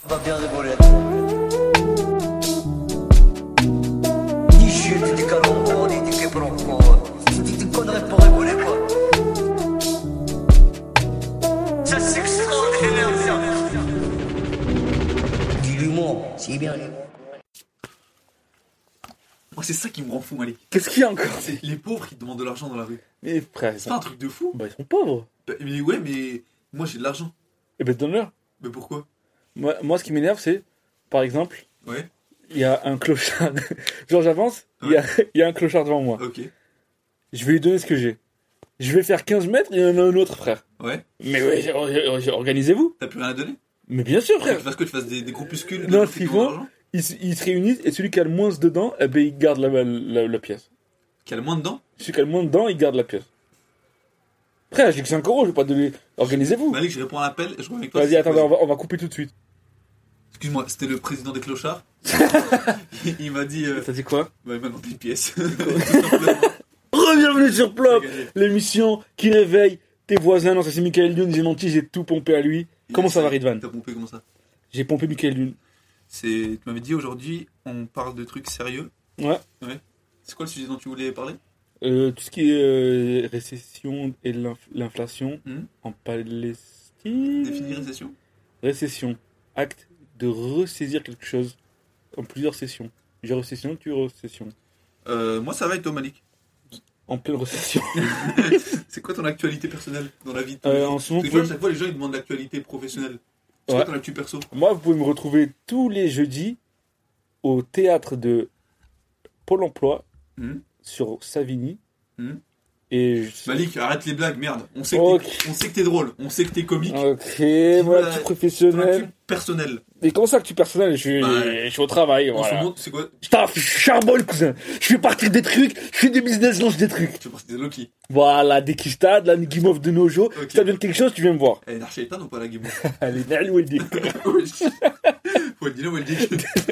On va bien rigoler. Ni chute, ni calembour, ni quebranco. C'est des conneries pour rigoler, quoi. Ça, c'est extraordinaire, ça. Dis l'humour, c'est bien l'humour. Moi, c'est ça qui me rend fou, Malik. Qu'est-ce qu'il y a encore? C'est les pauvres qui demandent de l'argent dans la rue. Mais frère, C'est pas un truc de fou. bah, ils sont pauvres. Mais ouais, mais moi j'ai de l'argent. Eh ben donne-leur. Mais pourquoi? Moi, ce qui m'énerve, c'est, par exemple, Ouais. il y a un clochard. Genre, j'avance, il y a un clochard devant moi. Ok. Je vais lui donner ce que j'ai. Je vais faire 15 mètres, il y en a un autre, frère. Ouais. Mais ouais, organisez-vous. T'as plus rien à donner? Mais bien sûr, Frère, frère. tu fasses que tu fasses des groupuscules? Non, de ce qu'ils gens qui demandent de font, l'argent ils se réunissent et celui qui a le moins dedans, eh ben, il garde la pièce. Qui a le moins dedans? Celui qui a le moins dedans, il garde la pièce. Frère, j'ai que 5 euros, je vais pas donner. Organisez-vous. Malik, je réponds à l'appel et je reviens avec toi. Vas-y, attends, on va couper tout de suite. Excuse-moi, c'était le président des clochards. Il m'a dit. T'as dit quoi? Bah, il m'a demandé une pièce. Bienvenue sur Plop, J'ai gagné. l'émission qui réveille tes voisins. Non, ça c'est Michael Youn, j'ai menti, j'ai tout pompé à lui. Comment ça va, Ridvan? T'as pompé comment ça? J'ai pompé Michael Youn. Tu m'avais dit aujourd'hui, on parle de trucs sérieux. Ouais. C'est quoi le sujet dont tu voulais parler? Tout ce qui est récession et l'inflation en Palestine. Définir récession? Récession. Acte de ressaisir quelque chose en plusieurs sessions. J'ai récession, tu récession. Moi ça va et toi, Malik? En pleine récession. C'est quoi ton actualité personnelle dans la vie? En ce moment, Parce que tu vois, à chaque fois les gens ils demandent l'actualité professionnelle. C'est Ouais. quoi ton actu perso? Moi, vous pouvez me retrouver tous les jeudis au théâtre de Pôle emploi Mhm. sur Savigny. Mhm. Et Malik, arrête les blagues, merde. On sait Ok. que t'es drôle, on sait que t'es comique. Ok, Dis-moi voilà, la- tu Ton professionnel. actu personnel. Et comment ça que tu personnel? Je suis au travail, En ce voilà. moment, c'est quoi? Je taffe, je charbonne, cousin. Je fais partir des trucs, je fais des business, je lance des trucs. Tu fais partie des Loki. Voilà, des Kista, de la Game of de Nojo. Ok. Si t'as besoin de quelque chose, tu viens me voir. Elle est Narchétan ou pas la game? Allez, Nali Weldy. Faut le dire, on le dit.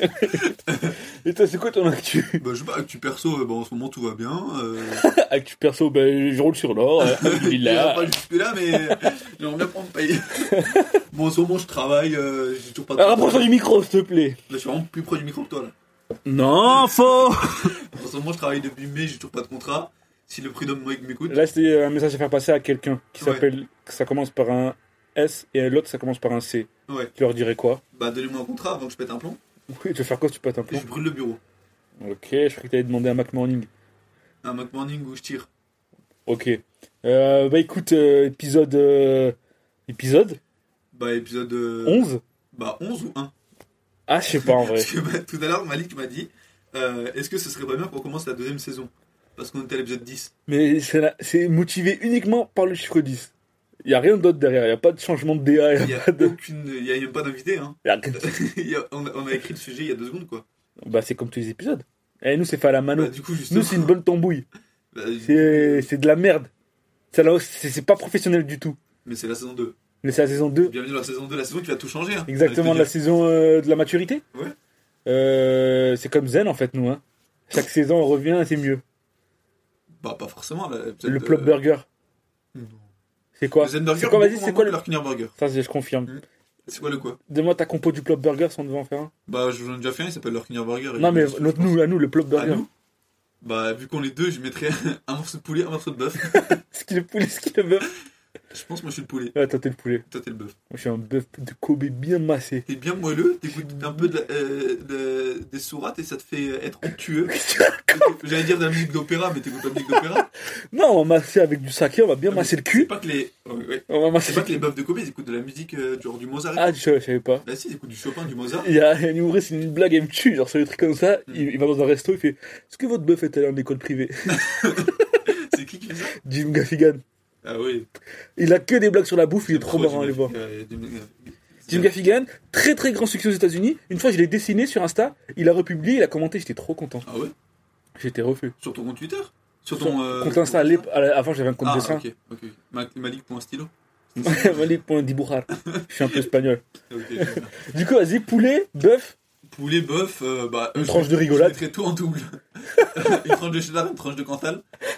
Et toi, c'est quoi ton actu? Bah, je sais pas, actu perso, bah, en ce moment tout va bien. Actu perso, ben, je roule sur l'or. Il Il ira a. pas jusque là, mais j'aimerais bien prendre paye. Bon, en ce moment je travaille, j'ai toujours pas de. Rapproche-toi du micro, s'il te plaît. Là, je suis vraiment plus près du micro que toi là. Non, faux. En ce moment je travaille depuis mai, j'ai toujours pas de contrat. Si le prud'homme m'écoute. Là, c'était un message à faire passer à quelqu'un qui Ouais. s'appelle. Ça commence par un S et l'autre, ça commence par un C. Ouais. Tu leur dirais quoi? Bah, donnez-moi un contrat avant que je pète un plomb. Oui, tu veux faire quoi si tu pètes un Et plomb? je brûle le bureau. Ok, je croyais que t'allais demander un Mac Morning. Un Mac Morning où je tire. Ok. Bah écoute, épisode Bah, épisode. 11? Bah, 11 ou 1. Ah, je sais pas en vrai. Parce que bah, tout à l'heure, Malik m'a dit est-ce que ce serait pas bien qu'on commence la deuxième saison? Parce qu'on était à l'épisode 10. Mais c'est motivé uniquement par le chiffre 10. Il y a rien d'autre derrière, il y a pas de changement de DA, Il y a il y a même pas d'invité, hein. y a rien. On a écrit le sujet il y a 2 secondes, quoi. Bah c'est comme tous les épisodes. Et nous c'est fait à la mano. Bah, du coup, justement. Nous c'est une bonne tambouille. Bah, C'est de la merde. C'est pas professionnel du tout. Mais c'est la saison 2. Mais c'est la saison 2. Bienvenue dans la saison 2, la saison qui va tout changer. Hein. Exactement, de la saison de la maturité. Ouais. C'est comme Zen en fait nous. Hein. Chaque saison on revient et c'est mieux. Bah, pas forcément. Là, Le Plop Burger. Non. C'est quoi? Le Zen Burger, C'est quoi, vas-y, beaucoup c'est moins quoi bon le... que leur Burger. Ça je confirme. C'est quoi le quoi? Donne-moi ta compo du Plop Burger si on devait en faire un. Bah, j'en ai déjà fait un, il s'appelle leur Burger. Non mais Je notre, pense. nous, à nous, le Plop À Burger. nous Bah, vu qu'on est deux, je mettrais un morceau de poulet, un morceau de bœuf. Ce qui est le poulet, ce qui est le bœuf. Je pense que moi je suis le poulet. Ouais, toi t'es le poulet. Toi t'es le bœuf. Moi je suis un bœuf de Kobe bien massé. T'es bien moelleux, t'écoutes un peu des sourates et ça te fait être onctueux. J'allais dire de la musique d'opéra, mais t'écoutes la musique d'opéra. Non, on va masser avec du saké, on va bien Ah, masser le C'est cul. pas que les. Ouais. On va masser C'est pas que les bœufs de Kobe, ils écoutent de la musique genre du Mozart. Ah, je savais pas. Bah si, ils écoutent du Chopin, du Mozart. Il y a un humoriste, c'est une blague, il me tue, genre sur des trucs comme ça. Il va dans un resto, il fait est-ce que votre bœuf est allé en école privée? C'est qui fait ça? Jim Gaffigan. Ah oui. Il a que des blagues sur la bouffe, il est trop marrant à aller voir. Jim Gaffigan, très très grand succès aux États-Unis. Une fois, je l'ai dessiné sur Insta, il a republié, il a commenté, j'étais trop content. Ah ouais? J'étais refait. Sur ton compte Twitter? Sur Sur ton compte Insta, avant j'avais un compte Ah dessin. ok. Malik.stylo. Malik.dibujar. Je suis un peu espagnol. Ok, je sais bien. Du coup, vas-y, poulet, bœuf. Poulet, bœuf, bah. Une tranche de rigolade. Je mettrais tout en double. Une tranche de cheddar, une tranche de Cantal.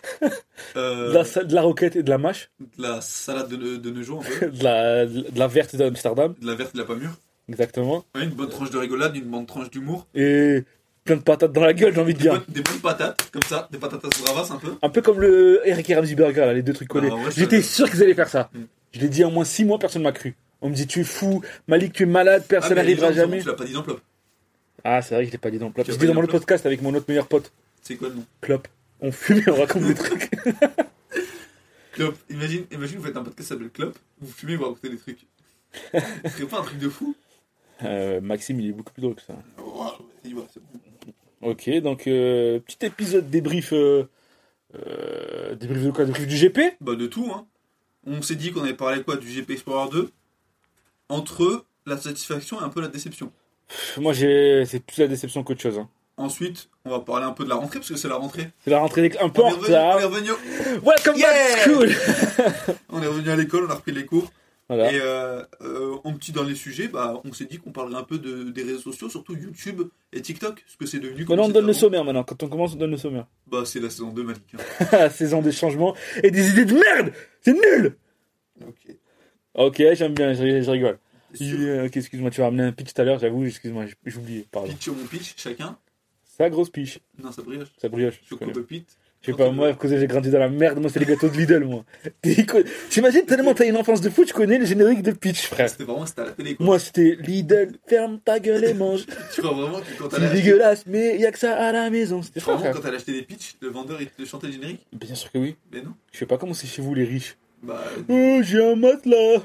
De la roquette et de la mâche. De la salade de Neugeau, un peu. De la verte d'Amsterdam. De la verte, de la pas mûre. Exactement. Ouais, une bonne tranche de rigolade, une bonne tranche d'humour. Et plein de patates dans la gueule, j'ai envie de dire. Des bonnes patates, comme ça, des patatas bravas un peu. Un peu comme le Eric et Ramsey Burger, là, les deux trucs collés. Ah, ouais, J'étais sûr qu'ils allaient faire ça. Mm. Je l'ai dit en moins 6 mois, personne m'a cru. On me dit, tu es fou, Malik, tu es malade, personne n'arrivera jamais. Tu l'as pas dit dans Plop. Ah, c'est vrai que je l'ai pas dit dans le plat. Tu Je l'as dis pas dans dit le dans le podcast avec mon autre meilleur pote. C'est quoi le nom? Clop. On fume et on raconte des trucs. Clop. Imagine, vous faites un podcast qui s'appelle Clop, vous fumez, vous racontez des trucs. Ce serait pas un truc de fou? Maxime, il est beaucoup plus drôle que ça. Oh, c'est bon. Ok, donc petit épisode débrief. Débrief de quoi? Débrief du GP? Bah, de tout, hein. On s'est dit qu'on avait parlé quoi du GP Explorer 2. Entre la satisfaction et un peu la déception. Moi, c'est plus la déception qu'autre chose. Hein. Ensuite, on va parler un peu de la rentrée, parce que c'est la rentrée. C'est la rentrée un peu On en est revenu, retard. Welcome Yeah back to school. on est revenu à l'école, on a repris les cours. Voilà. Et en petit dans les sujets, bah, on s'est dit qu'on parlerait un peu des réseaux sociaux, surtout YouTube et TikTok, ce que c'est devenu. Maintenant, on donne le sommaire maintenant. Quand on commence, on donne le sommaire. Bah, c'est la saison 2, Malik. Hein. Saison des changements et des idées de merde. C'est nul. Ok. Ok, j'aime bien, je rigole. Sur Ok, excuse-moi, tu vas ramener un pitch tout à l'heure, j'avoue, excuse-moi, j'ai oublié, pardon. pitch sur mon pitch, chacun. Ça, grosse pitch. Non, ça brioche. Ça brioche. Je Choco connais. Pepite. Je sais pas, moi, parce que j'ai grandi dans la merde, moi, c'est les gâteaux de Lidl, moi. J'imagine tellement t'as une enfance de fou, tu connais le générique de pitch, frère. C'était à la télé, quoi. Moi, c'était Lidl, ferme ta gueule et mange. Tu crois vraiment que quand C'est t'allais acheter... dégueulasse, mais y a que ça à la maison. C'était Tu crois ça, vraiment frère. quand t'allais acheter des pitchs, le vendeur il te chantait le générique? Bien sûr que oui. Mais non. Je sais pas comment c'est chez vous, les riches. Bah, Oh, j'ai un matelas.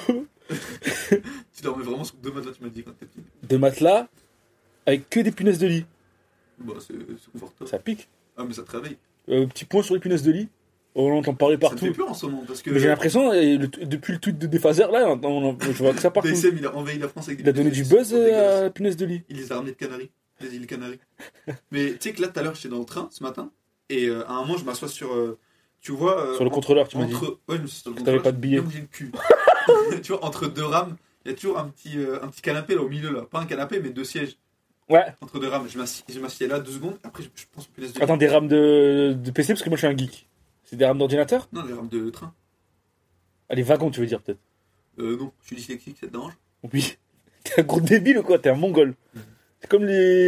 tu dormais vraiment sur 2 matelas, tu m'as dit quand t'étais petit. De matelas, avec que des punaises de lit. Bah, c'est confortable. Ça pique. Ah, mais ça te réveille. Petit point sur les punaises de lit. Oh, on entend parler Ça me partout. fait peur en ce moment parce que. Mais j'ai l'impression, depuis le tweet de Déphaseur, là, je vois que ça partout. DSM, il a envahi la France avec des Il a donné du buzz à la punaise de lit. Il les a ramenés de Canaries, des îles Canaries. Mais tu sais que là, tout à l'heure, j'étais dans le train ce matin, et à un moment, je m'assois sur. Tu vois. Sur le contrôleur, tu m'as dit. Ouais, je me suis sur le T'avais contrôleur. pas de billet. Comme j'ai le cul. Tu vois, entre 2 rames, il y a toujours un petit canapé là au milieu, là. Pas un canapé, mais 2 sièges. Ouais. Entre 2 rames. Je m'assieds là 2 secondes, après, je pense au punaise de lit. Attends, des rames de PC, parce que moi je suis un geek. C'est des rames d'ordinateur? Non, les rames de train. Ah, les wagons, tu veux dire, peut-être? Non, je suis dyslexique, ça te dérange? Oui. T'es un gros débile ou quoi? T'es un mongol. C'est comme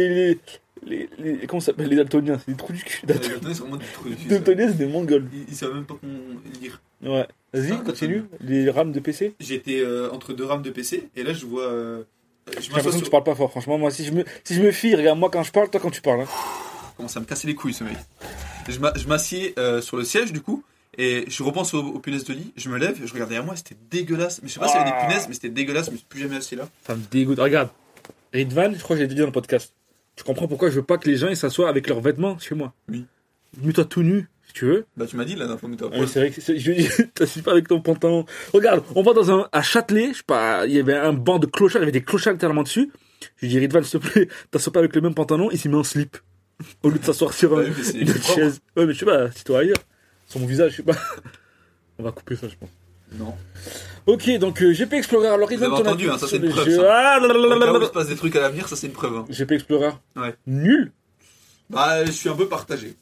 comment ça s'appelle? Les daltoniens. C'est des trous du cul. Les daltoniens, c'est vraiment des trous dessus. Daltoniens, c'est des mongols. Ils savent même pas comment lire. Ouais. Vas-y, Ah, continue. Les rames de PC? J'étais entre 2 rames de PC, et là, je vois. Je J'ai m'assois l'impression que sur. tu parles pas fort, franchement. Moi, si je me fie, regarde, moi quand je parle, toi quand tu parles. Hein. Commence à me casser les couilles, ce mec. Je m'assieds sur le siège, du coup, et je repense aux punaises de lit. Je me lève, je regarde derrière moi, c'était dégueulasse. Mais je sais pas s'il y avait des punaises, mais c'était dégueulasse, je me suis plus jamais assis là. Ça me dégoûte. Regarde. Ridvan, je crois que j'ai dit dans le podcast. Tu comprends pourquoi je veux pas que les gens ils s'assoient avec leurs vêtements chez moi? Oui. Mets-toi tout nu, si tu veux. Bah, tu m'as dit là, d'un point de Ah, c'est vrai que je dis, t'assis pas avec ton pantalon. Regarde, on va à Châtelet, je sais pas, il y avait un banc de clochards, il y avait des clochards littéralement dessus. Je lui dis, Ridvan, s'il te plaît, t'assois pas avec le même pantalon, il s'est mis en slip. Au lieu de s'asseoir sur Bah oui, mais c'est une autre propre. chaise. Ouais, mais je sais pas, si toi ailleurs. Sur mon visage, je sais pas. On va couper ça, je pense. Non. Ok, donc GP Explorer. Alors, Vous Ridvan, avez ton entendu, avis hein, ça, sur c'est une les preuve, jeux. ça. Ah, Là où il lalalala. se passe des trucs à l'avenir, ça c'est une preuve. Hein. GP Explorer. Ouais. Nul. Bah, je suis un peu partagé.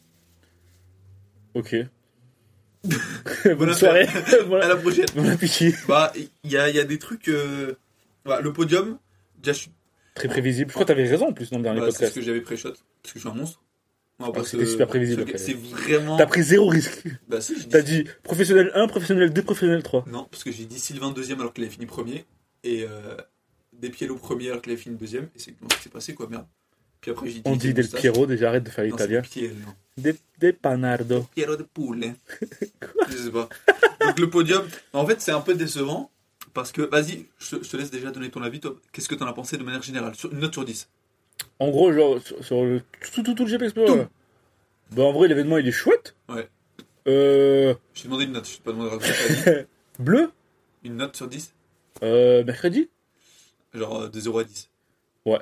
Ok. Bonne soirée. À la prochaine. Bon appétit. Bah, il y a des trucs. Voilà, le podium, déjà, je suis. Très prévisible. Je crois que t'avais raison en plus dans le dernier Bah, c'est ce podcast. que j'avais pré-shot. Parce que je suis un monstre. On va pas C'était super prévisible, après. C'est vraiment. T'as pris zéro risque. Bah, si, j'ai dit. T'as dit professionnel 1, professionnel 2, professionnel 3. Non, parce que j'ai dit Sylvain deuxième alors qu'il avait fini premier. Et Despiello premier alors qu'il avait fini deuxième. Et c'est ce qui s'est passé, quoi, merde. Puis après, j'ai dit. On dit Del Piero, déjà arrête de faire Non, c'est l'italien. Piero, non. De Panardo. Piero de Poulet. Je sais pas. Donc le podium, en fait, c'est un peu décevant. Parce que, vas-y, je te laisse déjà donner ton avis, toi. Qu'est-ce que t'en as pensé de manière générale? Une note sur 10. En gros, genre, sur tout le GP Explorer. Bah, en vrai, l'événement il est chouette. Ouais. Euh. Je t'ai demandé une note, je t'ai pas demandé de raconter. Bleu. Une note sur 10. Mercredi. Genre de 0 à 10. Ouais.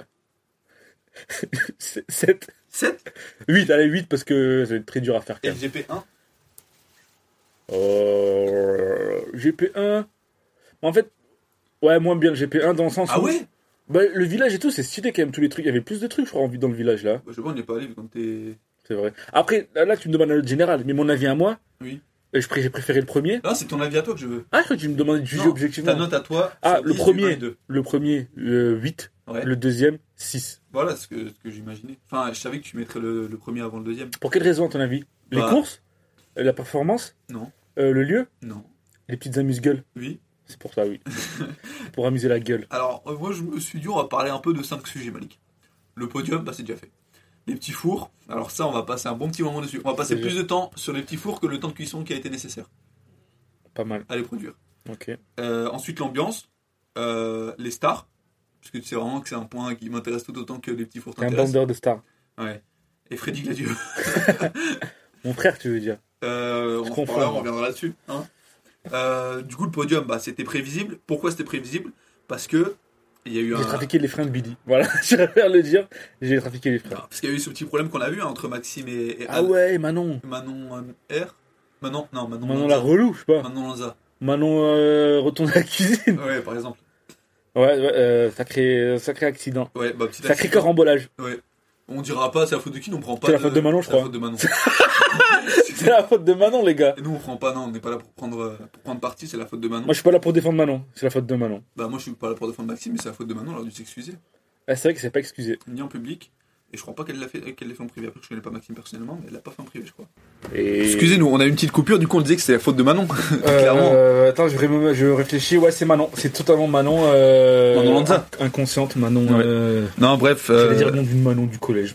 7. 7. 8, allez, 8 parce que c'est très dur à faire quand même. LGP 1. GP1. En fait, ouais, moins bien le GP1 dans le sens Ah où. ouais? Bah, le village et tout, c'est stylé quand même, tous les trucs. Il y avait plus de trucs, je crois, en vue dans le village là. Bah, je sais pas, on n'est pas allé vu quand t'es. C'est vrai. Après, là, tu me demandes la note générale, mais mon avis à moi. Oui. J'ai préféré le premier. Là, c'est ton avis à toi que je veux. Ah, je crois que tu me demandais de juger Non, objectivement. Ta note à toi. Ah, sur le 10 du premier. 1 et 2. Le premier, 8. Ouais. Le deuxième, 6. Voilà ce que j'imaginais. Enfin, je savais que tu mettrais le premier avant le deuxième. Pour quelle raison, à ton avis? Les Bah. courses? La performance? Non. Le lieu? Non. Les petites amuse-gueules? Oui. C'est pour ça, oui. Pour amuser la gueule. Alors, moi, je me suis dit, on va parler un peu de 5 sujets, Malik. Le podium, bah, c'est déjà fait. Les petits fours, alors ça, on va passer un bon petit moment dessus. On va passer C'est plus bien. de temps sur les petits fours que le temps de cuisson qui a été nécessaire Pas mal. à les produire. Ok. Ensuite, l'ambiance, les stars, parce que tu sais vraiment que c'est un point qui m'intéresse tout autant que les petits fours T'es un t'intéressent. bandeur de stars. Ouais. Et Freddy Gladieux. Mon frère, tu veux dire. On en comprends. reparlera, on reviendra là-dessus. Hein. Du coup, le podium, bah, c'était prévisible. Pourquoi c'était prévisible? Parce que il y a eu J'ai trafiqué les freins de Bidi. Voilà, je préfère le dire. J'ai trafiqué les freins. Parce qu'il y a eu ce petit problème qu'on a vu hein, entre Maxime et Ah ouais, Manon. Manon R. Manon, non, Manon. Manon Lanza. la relou, je sais pas. Manon Lanza. Manon retourne à la cuisine. Ouais, par exemple. Ouais, sacré accident. Ouais, bah, petit Sacré accident. carambolage. Ouais. On dira pas c'est la faute de qui, nous on prend pas. C'est la faute de Manon, je c'est la crois. faute de Manon. C'est la faute de Manon, les gars. Et nous on prend pas, non, on n'est pas là pour prendre parti, c'est la faute de Manon. Moi, je suis pas là pour défendre Manon. C'est la faute de Manon. Bah, moi je suis pas là pour défendre Maxime, mais c'est la faute de Manon, elle a dû s'excuser. Ah, c'est vrai que c'est pas excusé. Ni en public. Et je crois pas qu'elle l'a fait en privé. Après, je connais pas Maxime personnellement, mais elle l'a pas fait en privé, je crois. Et... Excusez-nous, on a eu une petite coupure, du coup on disait que c'était la faute de Manon. Clairement. Attends, je réfléchis. Ouais, c'est Manon. C'est totalement Manon. Manon Lanza. Inconsciente, Manon. Ouais. Non, bref. J'allais dire le nom d'une Manon du collège.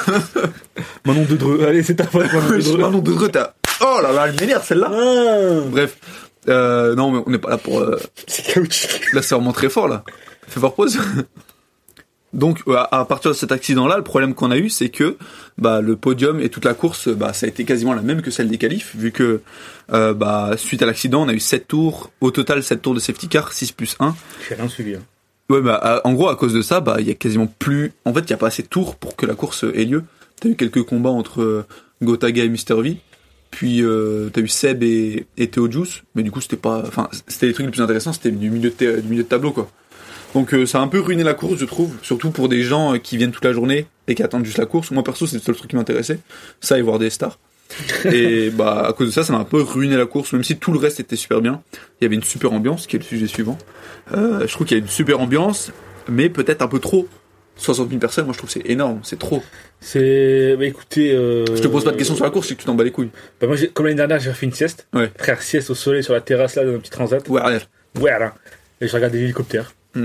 Manon de Dreux. Allez, c'est ta faute, Manon de Dreux. Manon de Dreux, t'as. Oh là là, elle m'énerve celle-là. Ah, Bref. Non, mais on n'est pas là pour. c'est caoutchouc. Là, c'est vraiment très fort, là. Fais voir pause. Donc, à partir de cet accident-là, le problème qu'on a eu, c'est que bah, le podium et toute la course, bah, ça a été quasiment la même que celle des qualifs, vu que bah, suite à l'accident, on a eu 7 tours, au total 7 tours de safety car, 6 plus 1. J'ai rien suivi. Hein. Ouais, bah, en gros, à cause de ça, bah, il y a quasiment plus. En fait, il n'y a pas assez de tours pour que la course ait lieu. T'as eu quelques combats entre Gotaga et Mr. V. Puis t'as eu Seb et Théo Juice, mais du coup c'était pas, enfin c'était les trucs les plus intéressants, c'était du milieu de tableau quoi. Donc ça a un peu ruiné la course je trouve, surtout pour des gens qui viennent toute la journée et qui attendent juste la course. Moi perso c'est le seul truc qui m'intéressait, ça et voir des stars. Et bah à cause de ça m'a un peu ruiné la course, même si tout le reste était super bien. Il y avait une super ambiance, qui est le sujet suivant. Je trouve qu'il y a une super ambiance, mais peut-être un peu trop. 60 000 personnes, moi je trouve que c'est énorme, c'est trop. C'est. Bah écoutez. Je te pose pas de questions sur la course, c'est que tu t'en bats les couilles. Bah moi, comme l'année dernière, j'ai fait une sieste. Ouais. Frère, sieste au soleil sur la terrasse là, dans un petit transat. Ouais, regarde. Ouais, là. Et je regarde des hélicoptères. Mm.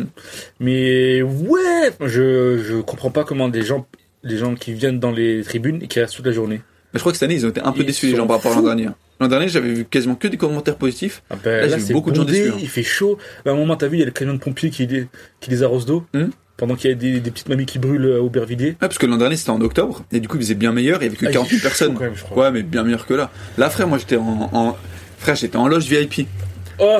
Mais ouais, je comprends pas comment des gens qui viennent dans les tribunes et qui restent toute la journée. Mais je crois que cette année, ils ont été un peu Ils déçus les gens sont par rapport à l'an fous. dernier. L'an dernier, j'avais vu quasiment que des commentaires positifs. Ah ben, Là, là, j'ai vu c'est beaucoup de gens bondé, déçus, hein. il fait chaud. Bah, à un moment, t'as vu, il y a le camion de pompiers qui les arrose d'eau. Pendant qu'il y a des petites mamies qui brûlent à Aubervilliers. Ouais, parce que l'an dernier, c'était en octobre. Et du coup, il faisait bien meilleur. Il y avait que 40 000 personnes. Quand même, je crois. Ouais, mais bien meilleur que là. Là, frère, moi, j'étais j'étais en loge VIP. Oh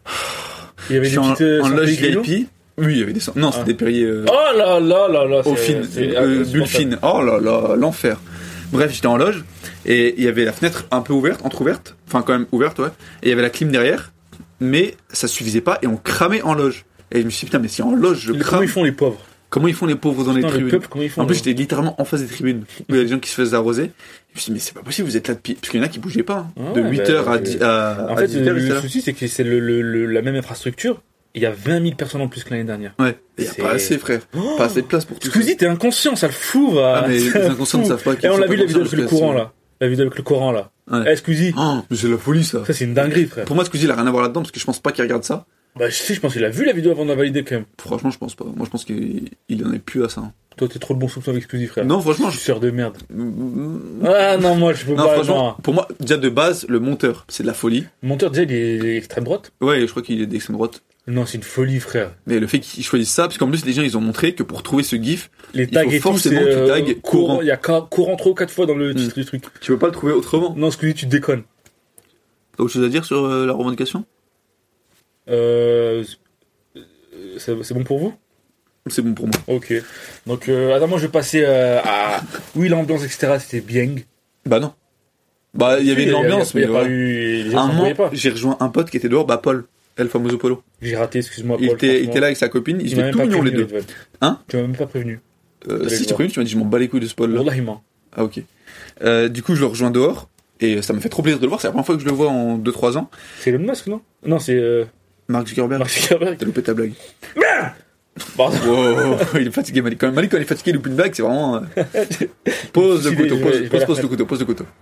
il y avait des J'étais petites en loge Pellegrino. VIP. Oui, il y avait des... Non, c'était des Perrier... Oh là là là là. au fin, bulle fine. Oh là là, l'enfer. Bref, j'étais en loge. Et il y avait la fenêtre un peu ouverte, entrouverte. Enfin, quand même ouverte, ouais. Et il y avait la clim derrière. Mais ça suffisait pas. Et on cramait en loge. Et je me suis dit, putain, mais si en loge, je crame... Comment ils font les pauvres? Comment ils font les pauvres dans les Putain, le tribunes? peuple, comment ils font En plus, là j'étais littéralement en face des tribunes. Où il y a des gens qui se faisaient arroser. Je me suis dit, mais c'est pas possible, vous êtes là depuis. Parce qu'il y en a qui bougeaient pas. Hein. Ouais, De 8h à 10 En à fait, 18h, le souci, c'est que c'est la même infrastructure. Il y a 20 000 personnes en plus que l'année dernière. Ouais. Il y a C'est- pas assez, frère. Oh Pas assez de place pour tout ça. Squeezie, t'es inconscient, ça le fout, va. Ah, mais Ça les le inconscients ne fout. savent pas qu'ils Et on sont l'a pas vu la vidéo conscients avec le parce que courant, c'est- là. La vidéo avec le courant, là. Ouais. Eh, Squeezie. Oh, mais c'est la folie, ça. Ça, c'est une dinguerie, frère. Pour moi, Squeezie, il a rien à voir là-dedans parce que je pense pas qu'il regarde ça. Bah, je pense qu'il a vu la vidéo avant de la valider, quand même. Franchement, je pense pas. Moi, je pense qu'il en est plus à ça. hein. Toi, t'es trop le bon soupçon avec Squeezie, frère. Non, franchement, Je suis sœur de merde. Non, Ah, non, moi, je peux pas. franchement, Non. pour moi, déjà de base, le monteur, c'est de la folie. Le monteur, déjà, il est extrême droite. Ouais, je crois qu'il est d'extrême droite. Non, c'est une folie, frère. Mais le fait qu'ils choisissent ça, parce qu'en plus, les gens, ils ont montré que pour trouver ce gif, Les Il tags faut et tout, forcément c'est que tu tagues courant. Il y a courant 3 ou 4 fois dans le titre du truc. tu peux pas le trouver autrement. Non, Squeezie, tu déconnes. T'as autre chose à dire sur la revendication? C'est bon pour vous? C'est bon pour moi. Ok. Donc, attends, moi, je vais passer à... Oui, l'ambiance, etc., c'était bien. Bah non. Bah, il y avait une ambiance, mais il y a pas voilà. eu... Les À gens un s'en moment, voyaient pas. j'ai rejoint un pote qui était dehors, bah Paul, El Famoso Polo. J'ai raté, excuse-moi, Il Paul. était franchement. là avec sa copine, ils Tu m'as étaient même tout pas mignons les prévenu, deux. Edward. Hein? Tu m'as même pas prévenu. Si, tu prévenu, tu m'as dit, je m'en bats les couilles de ce Paul là. Wallah, il ment. Ah, ok. Du coup, je le rejoins dehors, Et ça me fait trop plaisir de le voir. C'est la première fois que je le vois en 2-3 ans. C'est Elon Musk, non? Non, c'est Mark Zuckerberg. Mark Zuckerberg. T'as loupé ta blague. Pardon. Wow, il est fatigué, Malik. Quand il est fatigué, il loupe une blague, c'est vraiment. Pose le couteau, pose le couteau.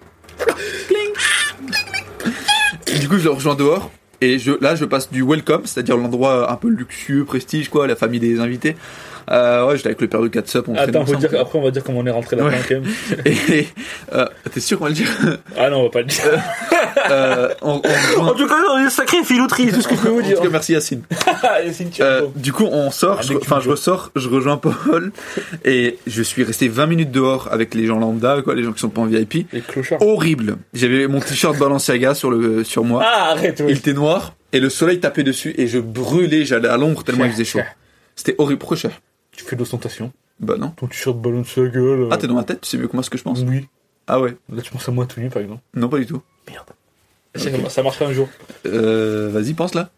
Du coup, je le rejoins dehors. Et là, je passe du welcome, c'est-à-dire l'endroit un peu luxueux, prestige, quoi, la famille des invités. Ouais, j'étais avec le père de Catsup. Attends, après, on va dire comment on est rentré là-dedans, quand même. Et t'es sûr qu'on va le dire? Ah non, on va pas le dire. En tout cas, on est une sacrée filouterie, c'est tout ce que je peux vous dire. En tout cas, merci Yacine. Yacine, du coup, on sort, je ressors, je rejoins Paul, et je suis resté 20 minutes dehors avec les gens lambda, quoi, les gens qui sont pas en VIP. Les clochards. Horrible. J'avais mon t-shirt Balenciaga sur moi. Ah, arrête, ouais. Il était noir, et le soleil tapait dessus, et je brûlais, j'allais à l'ombre tellement il faisait chaud. C'était horrible. Pourquoi cher? Tu fais de l'ostentation. Bah non. Ton t-shirt Balenciaga, là. Ah, t'es dans ma tête, tu sais mieux que moi ce que je pense. Oui. Ah ouais. Là, tu penses à moi tout nu, par exemple. Non, pas du tout. Merde. Okay. Ça marchera un jour. Vas-y, pense là.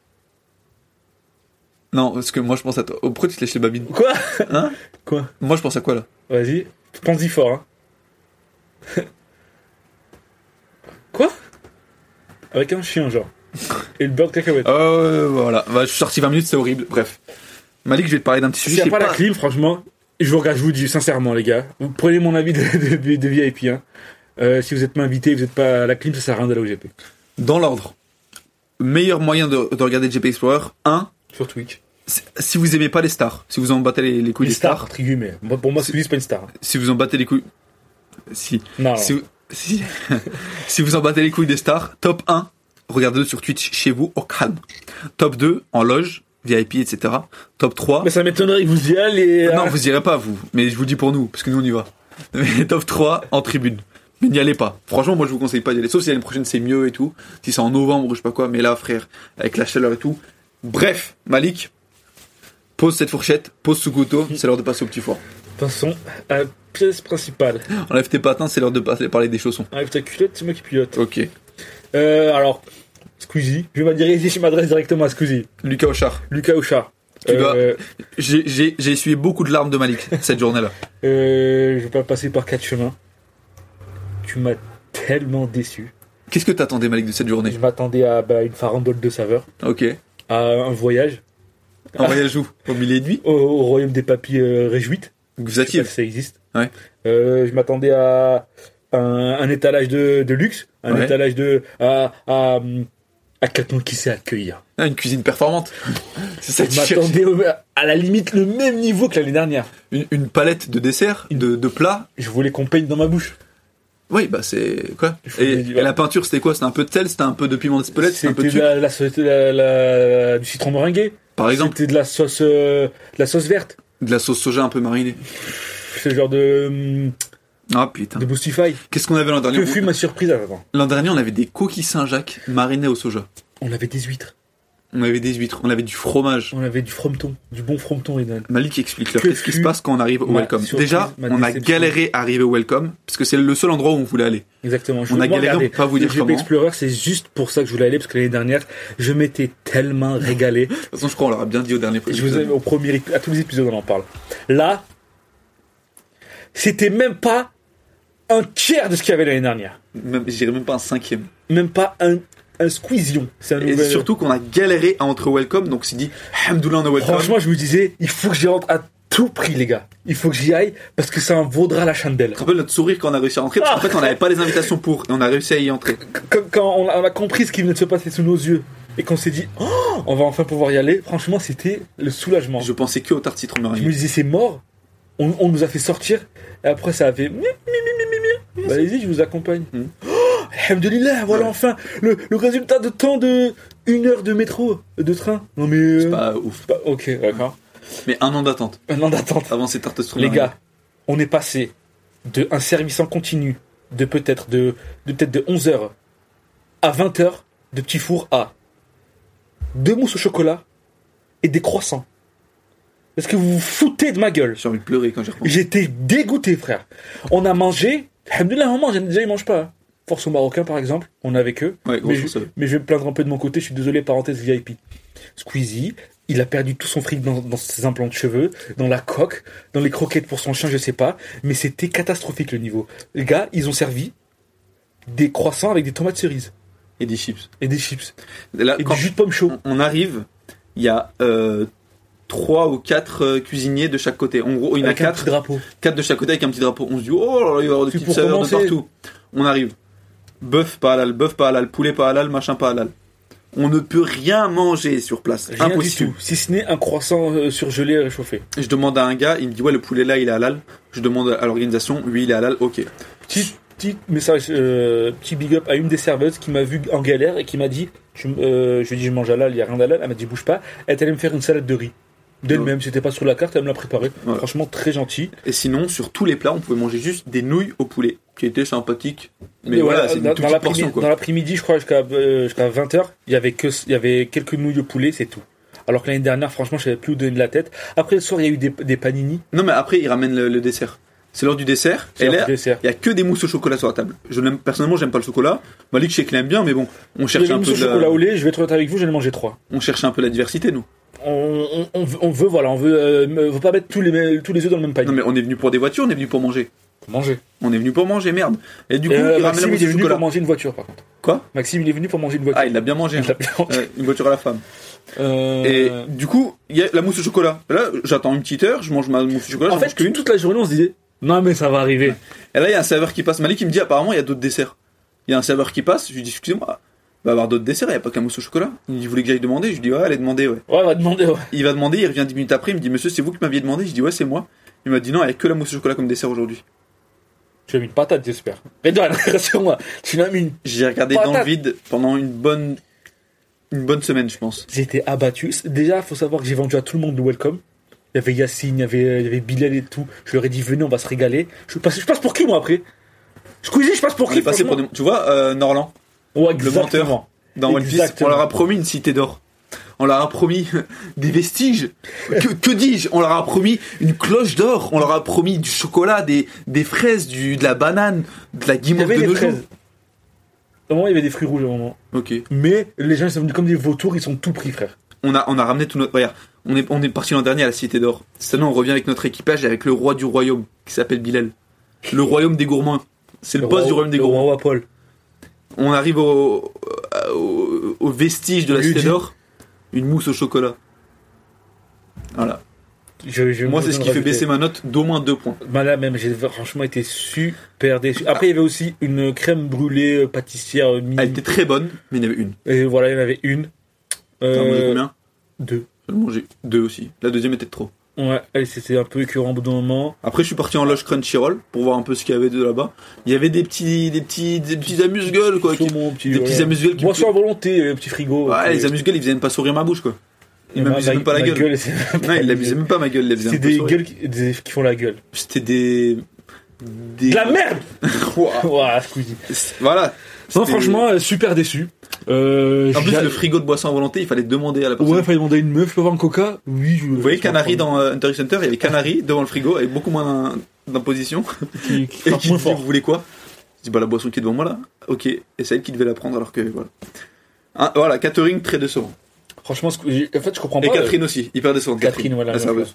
Non, parce que moi je pense à toi. Oh, pourquoi tu te lèches les babines? Quoi? Hein? Quoi? Moi je pense à quoi là? Vas-y, pense-y fort, hein. Quoi? Avec un chien, genre. Et le beurre de cacahuète. Voilà. Bah, je suis sorti 20 minutes, c'est horrible. Bref. Malik, je vais te parler d'un petit sujet. S'il n'y a pas la clim, franchement, je vous dis sincèrement, les gars, vous prenez mon avis de VIP, hein. Si vous êtes pas invité, vous n'êtes pas à la clim, ça sert à rien d'aller au GP. Dans l'ordre. Meilleur moyen de regarder GP Explorer, 1. Sur Twitch. Si vous aimez pas les stars, si vous en battez les couilles des stars. Mais pour moi, Squeezie, c'est pas une star. Si vous en battez les couilles. Si. Non. Si vous en battez les couilles des stars, top 1, regardez-le sur Twitch chez vous, au calme. Top 2, en loge, VIP, etc. Top 3. Mais ça m'étonnerait que vous y allez. Non, vous y irez pas, vous. Mais je vous dis pour nous, parce que nous on y va. Mais top 3, en tribune. Mais n'y allez pas. Franchement, moi je vous conseille pas d'y aller. Sauf si l'année prochaine c'est mieux et tout. Si c'est en novembre ou je sais pas quoi. Mais là, frère, avec la chaleur et tout. Bref, Malik, pose cette fourchette, pose ce couteau, c'est l'heure de passer au petit four. Passons à la pièce principale. Enlève tes patins, c'est l'heure de parler des chaussons. Enlève ta culotte, c'est moi qui pilote. Ok. Alors, Squeezie, je m'adresse directement à Squeezie. Lucas Auchard. Tu dois... J'ai essuyé beaucoup de larmes de Malik cette journée-là. Je vais pas passer par 4 chemins. Tu m'as tellement déçu. Qu'est-ce que t'attendais, Malik, de cette journée? Je m'attendais à une farandole de saveur. Ok. À un voyage. Un voyage où? Au milieu de nuit? Au royaume des papis réjouites. Gustative. Ça existe. Ouais. Je m'attendais à un étalage de luxe. Un étalage à quelqu'un qui sait accueillir. Ah, une cuisine performante. C'est ça que je m'attendais à la limite le même niveau que l'année dernière. Une palette de desserts, de plats. Je voulais qu'on peigne dans ma bouche. Oui, bah c'est quoi? Et la peinture, c'était quoi? C'était un peu de sel, c'était un peu de piment d'Espelette, c'était un peu de du citron meringué. Par exemple. C'était de la sauce verte. De la sauce soja un peu marinée. C'est le genre de Ah putain. De Boostify. Qu'est-ce qu'on avait l'an dernier? Que fut ma surprise avant? L'an dernier, on avait des coquilles Saint-Jacques marinées au soja. On avait des huîtres. On avait des huîtres, on avait du fromage. On avait du frometon, du bon frometon, Edan. Malik, explique-leur qu'est-ce qui se passe quand on arrive au Welcome. Déjà, on a galéré à arriver au Welcome, parce que c'est le seul endroit où on voulait aller. Exactement. On a galéré, on peut pas vous dire comment. Le GP Explorer, c'est juste pour ça que je voulais aller, parce que l'année dernière, je m'étais tellement régalé. De toute façon, je crois qu'on leur a bien dit au dernier épisode. Je vous ai, à tous les épisodes, on en parle. Là, c'était même pas un tiers de ce qu'il y avait l'année dernière. Je dirais même pas un cinquième. Même pas un squeezion. C'est un et nouvel... surtout qu'on a galéré à entrer au Welcome, donc on s'est dit, Alhamdoulilah, on est Welcome. Franchement, je me disais, il faut que j'y rentre à tout prix, les gars. Il faut que j'y aille, parce que ça en vaudra la chandelle. Tu te rappelles notre sourire quand on a réussi à entrer? Parce qu'en fait, on n'avait pas les invitations pour, et on a réussi à y entrer. Quand on a compris ce qui venait de se passer sous nos yeux, et qu'on s'est dit, oh, on va enfin pouvoir y aller, franchement, c'était le soulagement. Je pensais que aux tartes citron meringue. Je me disais, c'est mort. On nous a fait sortir, et après, ça a fait... Bah, allez-y, je vous accompagne. Alhamdoulilah, voilà enfin le résultat de temps de 1 heure de métro, de train. Non mais... C'est pas ouf. Ok, d'accord. Mais 1 an d'attente. 1 an d'attente. Avant ces tartes citron Les meringue. gars, on est passé de un service en continu de peut-être de 11 heures à 20 heures de petit four à 2 mousses au chocolat et des croissants. Est-ce que vous vous foutez de ma gueule? J'ai envie de pleurer quand j'ai repensé. J'étais dégoûté, frère. On a mangé... Alhamdoulilah, on mange. Déjà, ils mangent pas. Force aux Marocains, par exemple. On est avec eux. Ouais, mais je vais me plaindre un peu de mon côté. Je suis désolé, parenthèse VIP. Squeezie, il a perdu tout son fric dans ses implants de cheveux, dans la coque, dans les croquettes pour son chien, je sais pas. Mais c'était catastrophique, le niveau. Les gars, ils ont servi des croissants avec des tomates cerises. Et des chips. Et des chips. Là, Et du jus de pomme chaud. on arrive, il y a 3 ou 4 cuisiniers de chaque côté. En gros, il y en a Avec un 4. petit drapeau. 4 de chaque côté avec un petit drapeau. On se dit, oh là là, il va y avoir des Puis petites pour saveurs de commencer- partout. On arrive. Bœuf pas halal, poulet pas halal, machin pas halal. On ne peut rien manger sur place. Rien Impossible. du tout. Si ce n'est un croissant surgelé et réchauffé. Je demande à un gars, il me dit, ouais, le poulet là, il est halal. Je demande à l'organisation, lui, il est halal, ok. Petit message, petit big up à une des serveuses qui m'a vu en galère et qui m'a dit, je lui ai dit je mange halal, il n'y a rien d'halal. Elle m'a dit bouge pas. Elle est allée me faire une salade de riz. D'elle-même, c'était pas sur la carte, elle me l'a préparé. Ouais. Franchement, très gentil. Et sinon, sur tous les plats, on pouvait manger juste des nouilles au poulet, qui étaient sympathiques. Mais Et voilà, c'est une toute petite portion, dans quoi. l'après-midi, je crois, jusqu'à 20h, il y avait quelques nouilles au poulet, c'est tout. Alors que l'année dernière, franchement, je savais plus où donner de la tête. Après, le soir, il y a eu des panini. Non, mais après, ils ramènent le dessert. C'est l'heure du dessert. C'est Et l'heure là, du dessert. il y a que des mousses au chocolat sur la table. Personnellement, j'aime pas le chocolat. Malik, je sais qu'il aime bien, mais bon, on cherche J'ai un mis peu ce chocolat au lait, je vais être honnête avec vous, j'en ai mangé 3. on cherche un peu la diversité, nous. On veut pas mettre tous les œufs dans le même panier. Non, mais on est venu pour des voitures, on est venu pour manger. Manger. On est venu pour manger, merde. Et du coup, ils ramènent la Maxime, mousse il est au venu chocolat. pour manger une voiture, par contre. Quoi? Maxime, il est venu pour manger une voiture. Ah, il l'a bien mangé. Il l'a bien mangé. Une voiture à la femme. Et du coup, il y a la mousse au chocolat. Là, j'attends une petite heure, je mange ma mousse au chocolat. En j'en fait, mange qu'une. toute la journée, on se disait, non, mais ça va arriver. Et là, il y a un serveur qui passe. Malik, il me dit, apparemment, il y a d'autres desserts. Il y a un serveur qui passe, je lui dis, excusez-moi, il va y avoir d'autres desserts, il n'y a pas que la mousse au chocolat. Il voulait que j'aille demander, je lui dis, ouais, allez demander, ouais. Ouais, on va demander, ouais. Il va demander, il revient 10 minutes après, il me dit, monsieur, c'est vous qui m'aviez demandé? Je dis, ouais, c'est moi. Il m'a dit, non, il n'y a que la mousse au chocolat comme dessert aujourd'hui. Tu as mis une patate, j'espère. Redouane, rassure-moi. Tu l'as mis une. J'ai regardé dans le Patate. vide pendant une bonne semaine, je pense. J'ai été abattu. Déjà, il faut savoir que j'ai vendu à tout le monde le welcome. Il y avait Yacine, il y avait Bilal et tout. Je leur ai dit, venez, on va se régaler. Je passe pour qui, moi, après? Squeezie, je passe pour On qui, est passé pour franchement? tu vois, Norland, Ouais, le menteur. exactement. dans One Piece, Exactement. on leur a promis une cité d'or. On leur a promis des vestiges. Que dis-je? On leur a promis une cloche d'or. On leur a promis du chocolat, des fraises, de la banane, de la Il y guimauve avait de des nos jours. fraises. Au moment, il y avait des fruits rouges, au moment. Ok. Mais les gens, ils sont venus comme des vautours, ils sont tout pris, frère. On a ramené tout notre. Regarde, on est parti l'an dernier à la Cité d'Or. Cette année, on revient avec notre équipage et avec le roi du royaume qui s'appelle Bilal. Le royaume des gourmands. C'est le boss du royaume des Le gourmands. roi Paul. On arrive au vestige de la Au lieu Cité du- d'Or. Une mousse au chocolat. Voilà. Moi, c'est ce qui fait baisser ma note d'au moins 2 points. Bah là même, j'ai franchement été super déçu. Après, il y avait aussi une crème brûlée pâtissière mini. Elle était très bonne, mais il y en avait une. Et voilà, il y en avait une. T'en as mangé combien? 2. J'en ai mangé 2 aussi. La deuxième était de trop. Ouais, et c'était un peu écœurant au bout d'un moment. Après, je suis parti en loge Crunchyroll pour voir un peu ce qu'il y avait de là-bas. Il y avait des petits amuse-gueules, quoi. Saumon, petit, Des petits amuse-gueules qui. boisson à volonté, petit frigo. Ouais, les amuse-gueules, ils faisaient même pas sourire ma bouche, quoi. Ils m'amusaient même pas la gueule. Non, ils l'amusaient même pas ma gueule, ils faisaient C'est un peu des sourire. gueules qui font la gueule. C'était des. De la merde. Ouah. Ouah, Squeezie. Voilà. Non, C'était- franchement, super déçu. En plus, le frigo de boisson à volonté, il fallait demander à la personne. Ouais, fallait demander à une meuf, je peux avoir un coca? Oui, je. Vous voyez Canary dans Hunter x Hunter, il y avait Canary devant le frigo avec beaucoup moins d'imposition. qui Et frappe qui moins dit, fort. vous voulez quoi? Je dis, bah la boisson qui est devant moi là. Ok. Et c'est elle qui devait la prendre alors que voilà. Hein, voilà, Catherine très décevant. Franchement, en fait, je comprends Et pas. Catherine aussi, hyper décevante. Catherine, voilà. la serveuse.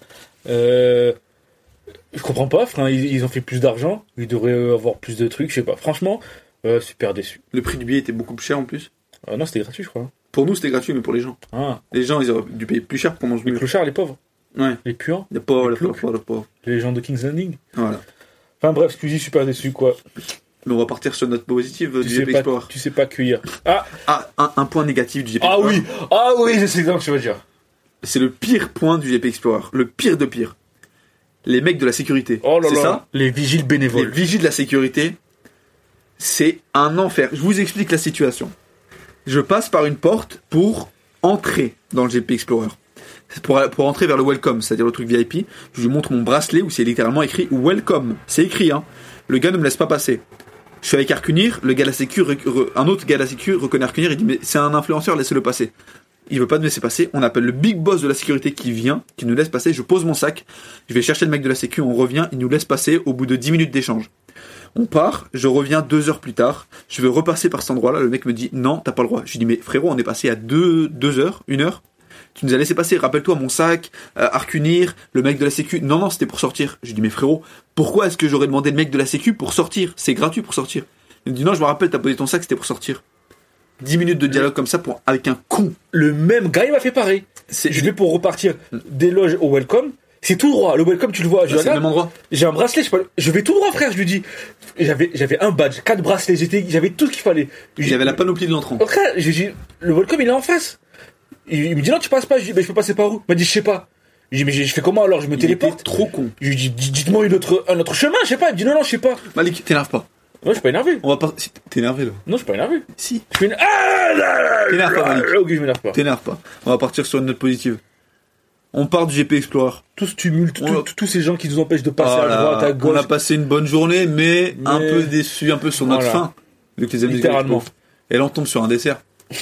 Je comprends pas, frère, ils ont fait plus d'argent, ils devraient avoir plus de trucs, je sais pas. Franchement, super déçu. Le prix du billet était beaucoup plus cher en plus. Non, c'était gratuit, je crois. Pour nous, c'était gratuit, mais pour les gens. Ah, Les gens, ils auraient dû payer plus cher pour qu'on mange les mieux. clochards, les pauvres, Ouais. les puants, Il y a pas Les le ploucs. pauvre. les gens de King's Landing. Voilà. Enfin bref, Squeezie, super déçu, quoi. Mais on va partir sur notre positive Tu du sais, GP pas, Explorer. tu sais pas cueillir. Ah, Ah, un point négatif du GP ah Explorer. oui, je sais exactement ce que tu vas dire. C'est le pire point du GP Explorer. Le pire de pire. Les mecs de la sécurité. Oh là c'est là, ça? les vigiles Les bénévoles. vigiles de la sécurité, c'est un enfer. Je vous explique la situation. Je passe par une porte pour entrer dans le GP Explorer. C'est pour entrer vers le welcome, c'est-à-dire le truc VIP. Je lui montre mon bracelet où c'est littéralement écrit welcome. C'est écrit, hein. Le gars ne me laisse pas passer. Je suis avec Arcunir, le gars de la sécu, un autre gars de la sécu reconnaît Arcunir, il dit mais c'est un influenceur, laissez-le passer. Il veut pas me laisser passer, on appelle le big boss de la sécurité qui vient, qui nous laisse passer, je pose mon sac, je vais chercher le mec de la sécu, on revient, il nous laisse passer au bout de 10 minutes d'échange. On part, je reviens 2 heures plus tard, je veux repasser par cet endroit-là, le mec me dit non, t'as pas le droit. Je lui dis mais frérot, on est passé à 2 heures, 1 heure, tu nous as laissé passer, rappelle-toi mon sac, Arcunir, le mec de la sécu, non, c'était pour sortir. Je lui dis mais frérot, pourquoi est-ce que j'aurais demandé le mec de la sécu pour sortir? C'est gratuit pour sortir. Il me dit non, je me rappelle, t'as posé ton sac, c'était pour sortir. 10 minutes de dialogue comme ça avec un con. Le même gars, il m'a fait pareil. Je vais pour repartir des loges au welcome. C'est tout droit. Le welcome, tu le vois. C'est le même endroit. J'ai un bracelet. Je vais tout droit, frère. Je lui dis. J'avais un badge, 4 bracelets. J'avais tout ce qu'il fallait. Il y avait la panoplie de l'entrant. Frère, je lui dis, le welcome, il est en face. Il me dit non, tu passes pas. Je lui dis, je peux passer par où? Il m'a dit, je sais pas. Je lui dis, mais je fais comment alors? Je me téléporte. Trop con. Je lui dis, dites-moi un autre chemin. Je sais pas. Il me dit non, je sais pas. Malik, t'énerve pas. Non, je suis pas énervé. On va pas. T'es énervé là. Non, je suis pas énervé. Si. Je suis T'énerve pas, Malik. Ok, je m'énerve pas. T'énerve pas. On va partir sur une note positive. On part du GP Explorer. Tout ce tumulte, tous ces gens qui nous empêchent de passer à droite, à gauche. On a passé une bonne journée, mais un peu déçu, un peu sur notre faim. Vu que les amis littéralement. Et là, on tombe sur un dessert.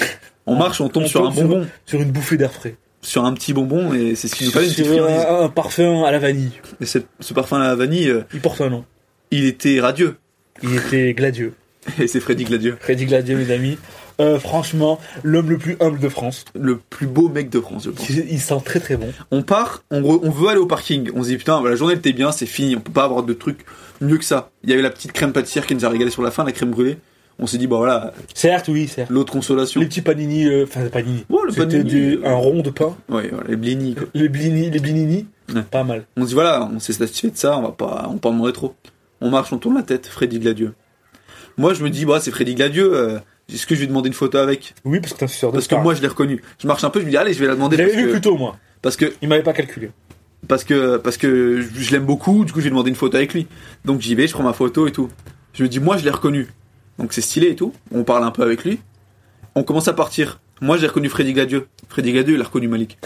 On marche, on tombe sur un bonbon. Sur une bouffée d'air frais. Sur un petit bonbon, et c'est ce qu'il nous fallait, une petite friandise. Un parfum à la vanille. Et ce parfum à la vanille, il porte un nom. Il était radieux. Il était gladieux. Et c'est Freddy Gladieux. Freddy Gladieux, mes amis. Franchement, l'homme le plus humble de France. Le plus beau mec de France, je pense. Il sent très très bon. On part, on veut aller au parking. On se dit putain, la journée elle était bien, c'est fini, on peut pas avoir de trucs mieux que ça. Il y avait la petite crème pâtissière qui nous a régalé sur la fin, la crème brûlée. On s'est dit bah voilà. Certes, oui, certes. L'autre consolation. Les petits panini, panini. Oh, le panini. Un rond de pain. Ouais, voilà, les blini. Quoi. Les blinini. Ouais. Pas mal. On se dit voilà, on s'est satisfait de ça, on va pas en demander trop. On marche, on tourne la tête, Freddy Gladieux. Moi je me dis bah c'est Freddy Gladieux. Est-ce que je vais demander une photo avec? Oui, parce que t'es un suceur de Parce que moi je l'ai reconnu. Je marche un peu, je me dis allez, je vais la demander. J'avais vu plus tôt moi. Parce que il m'avait pas calculé. Parce que je l'aime beaucoup, du coup je vais demander une photo avec lui. Donc j'y vais, je prends ma photo et tout. Je me dis moi je l'ai reconnu. Donc c'est stylé et tout. On parle un peu avec lui. On commence à partir. Moi j'ai reconnu Freddy Gladieux. Freddy Gladieux il a reconnu Malik.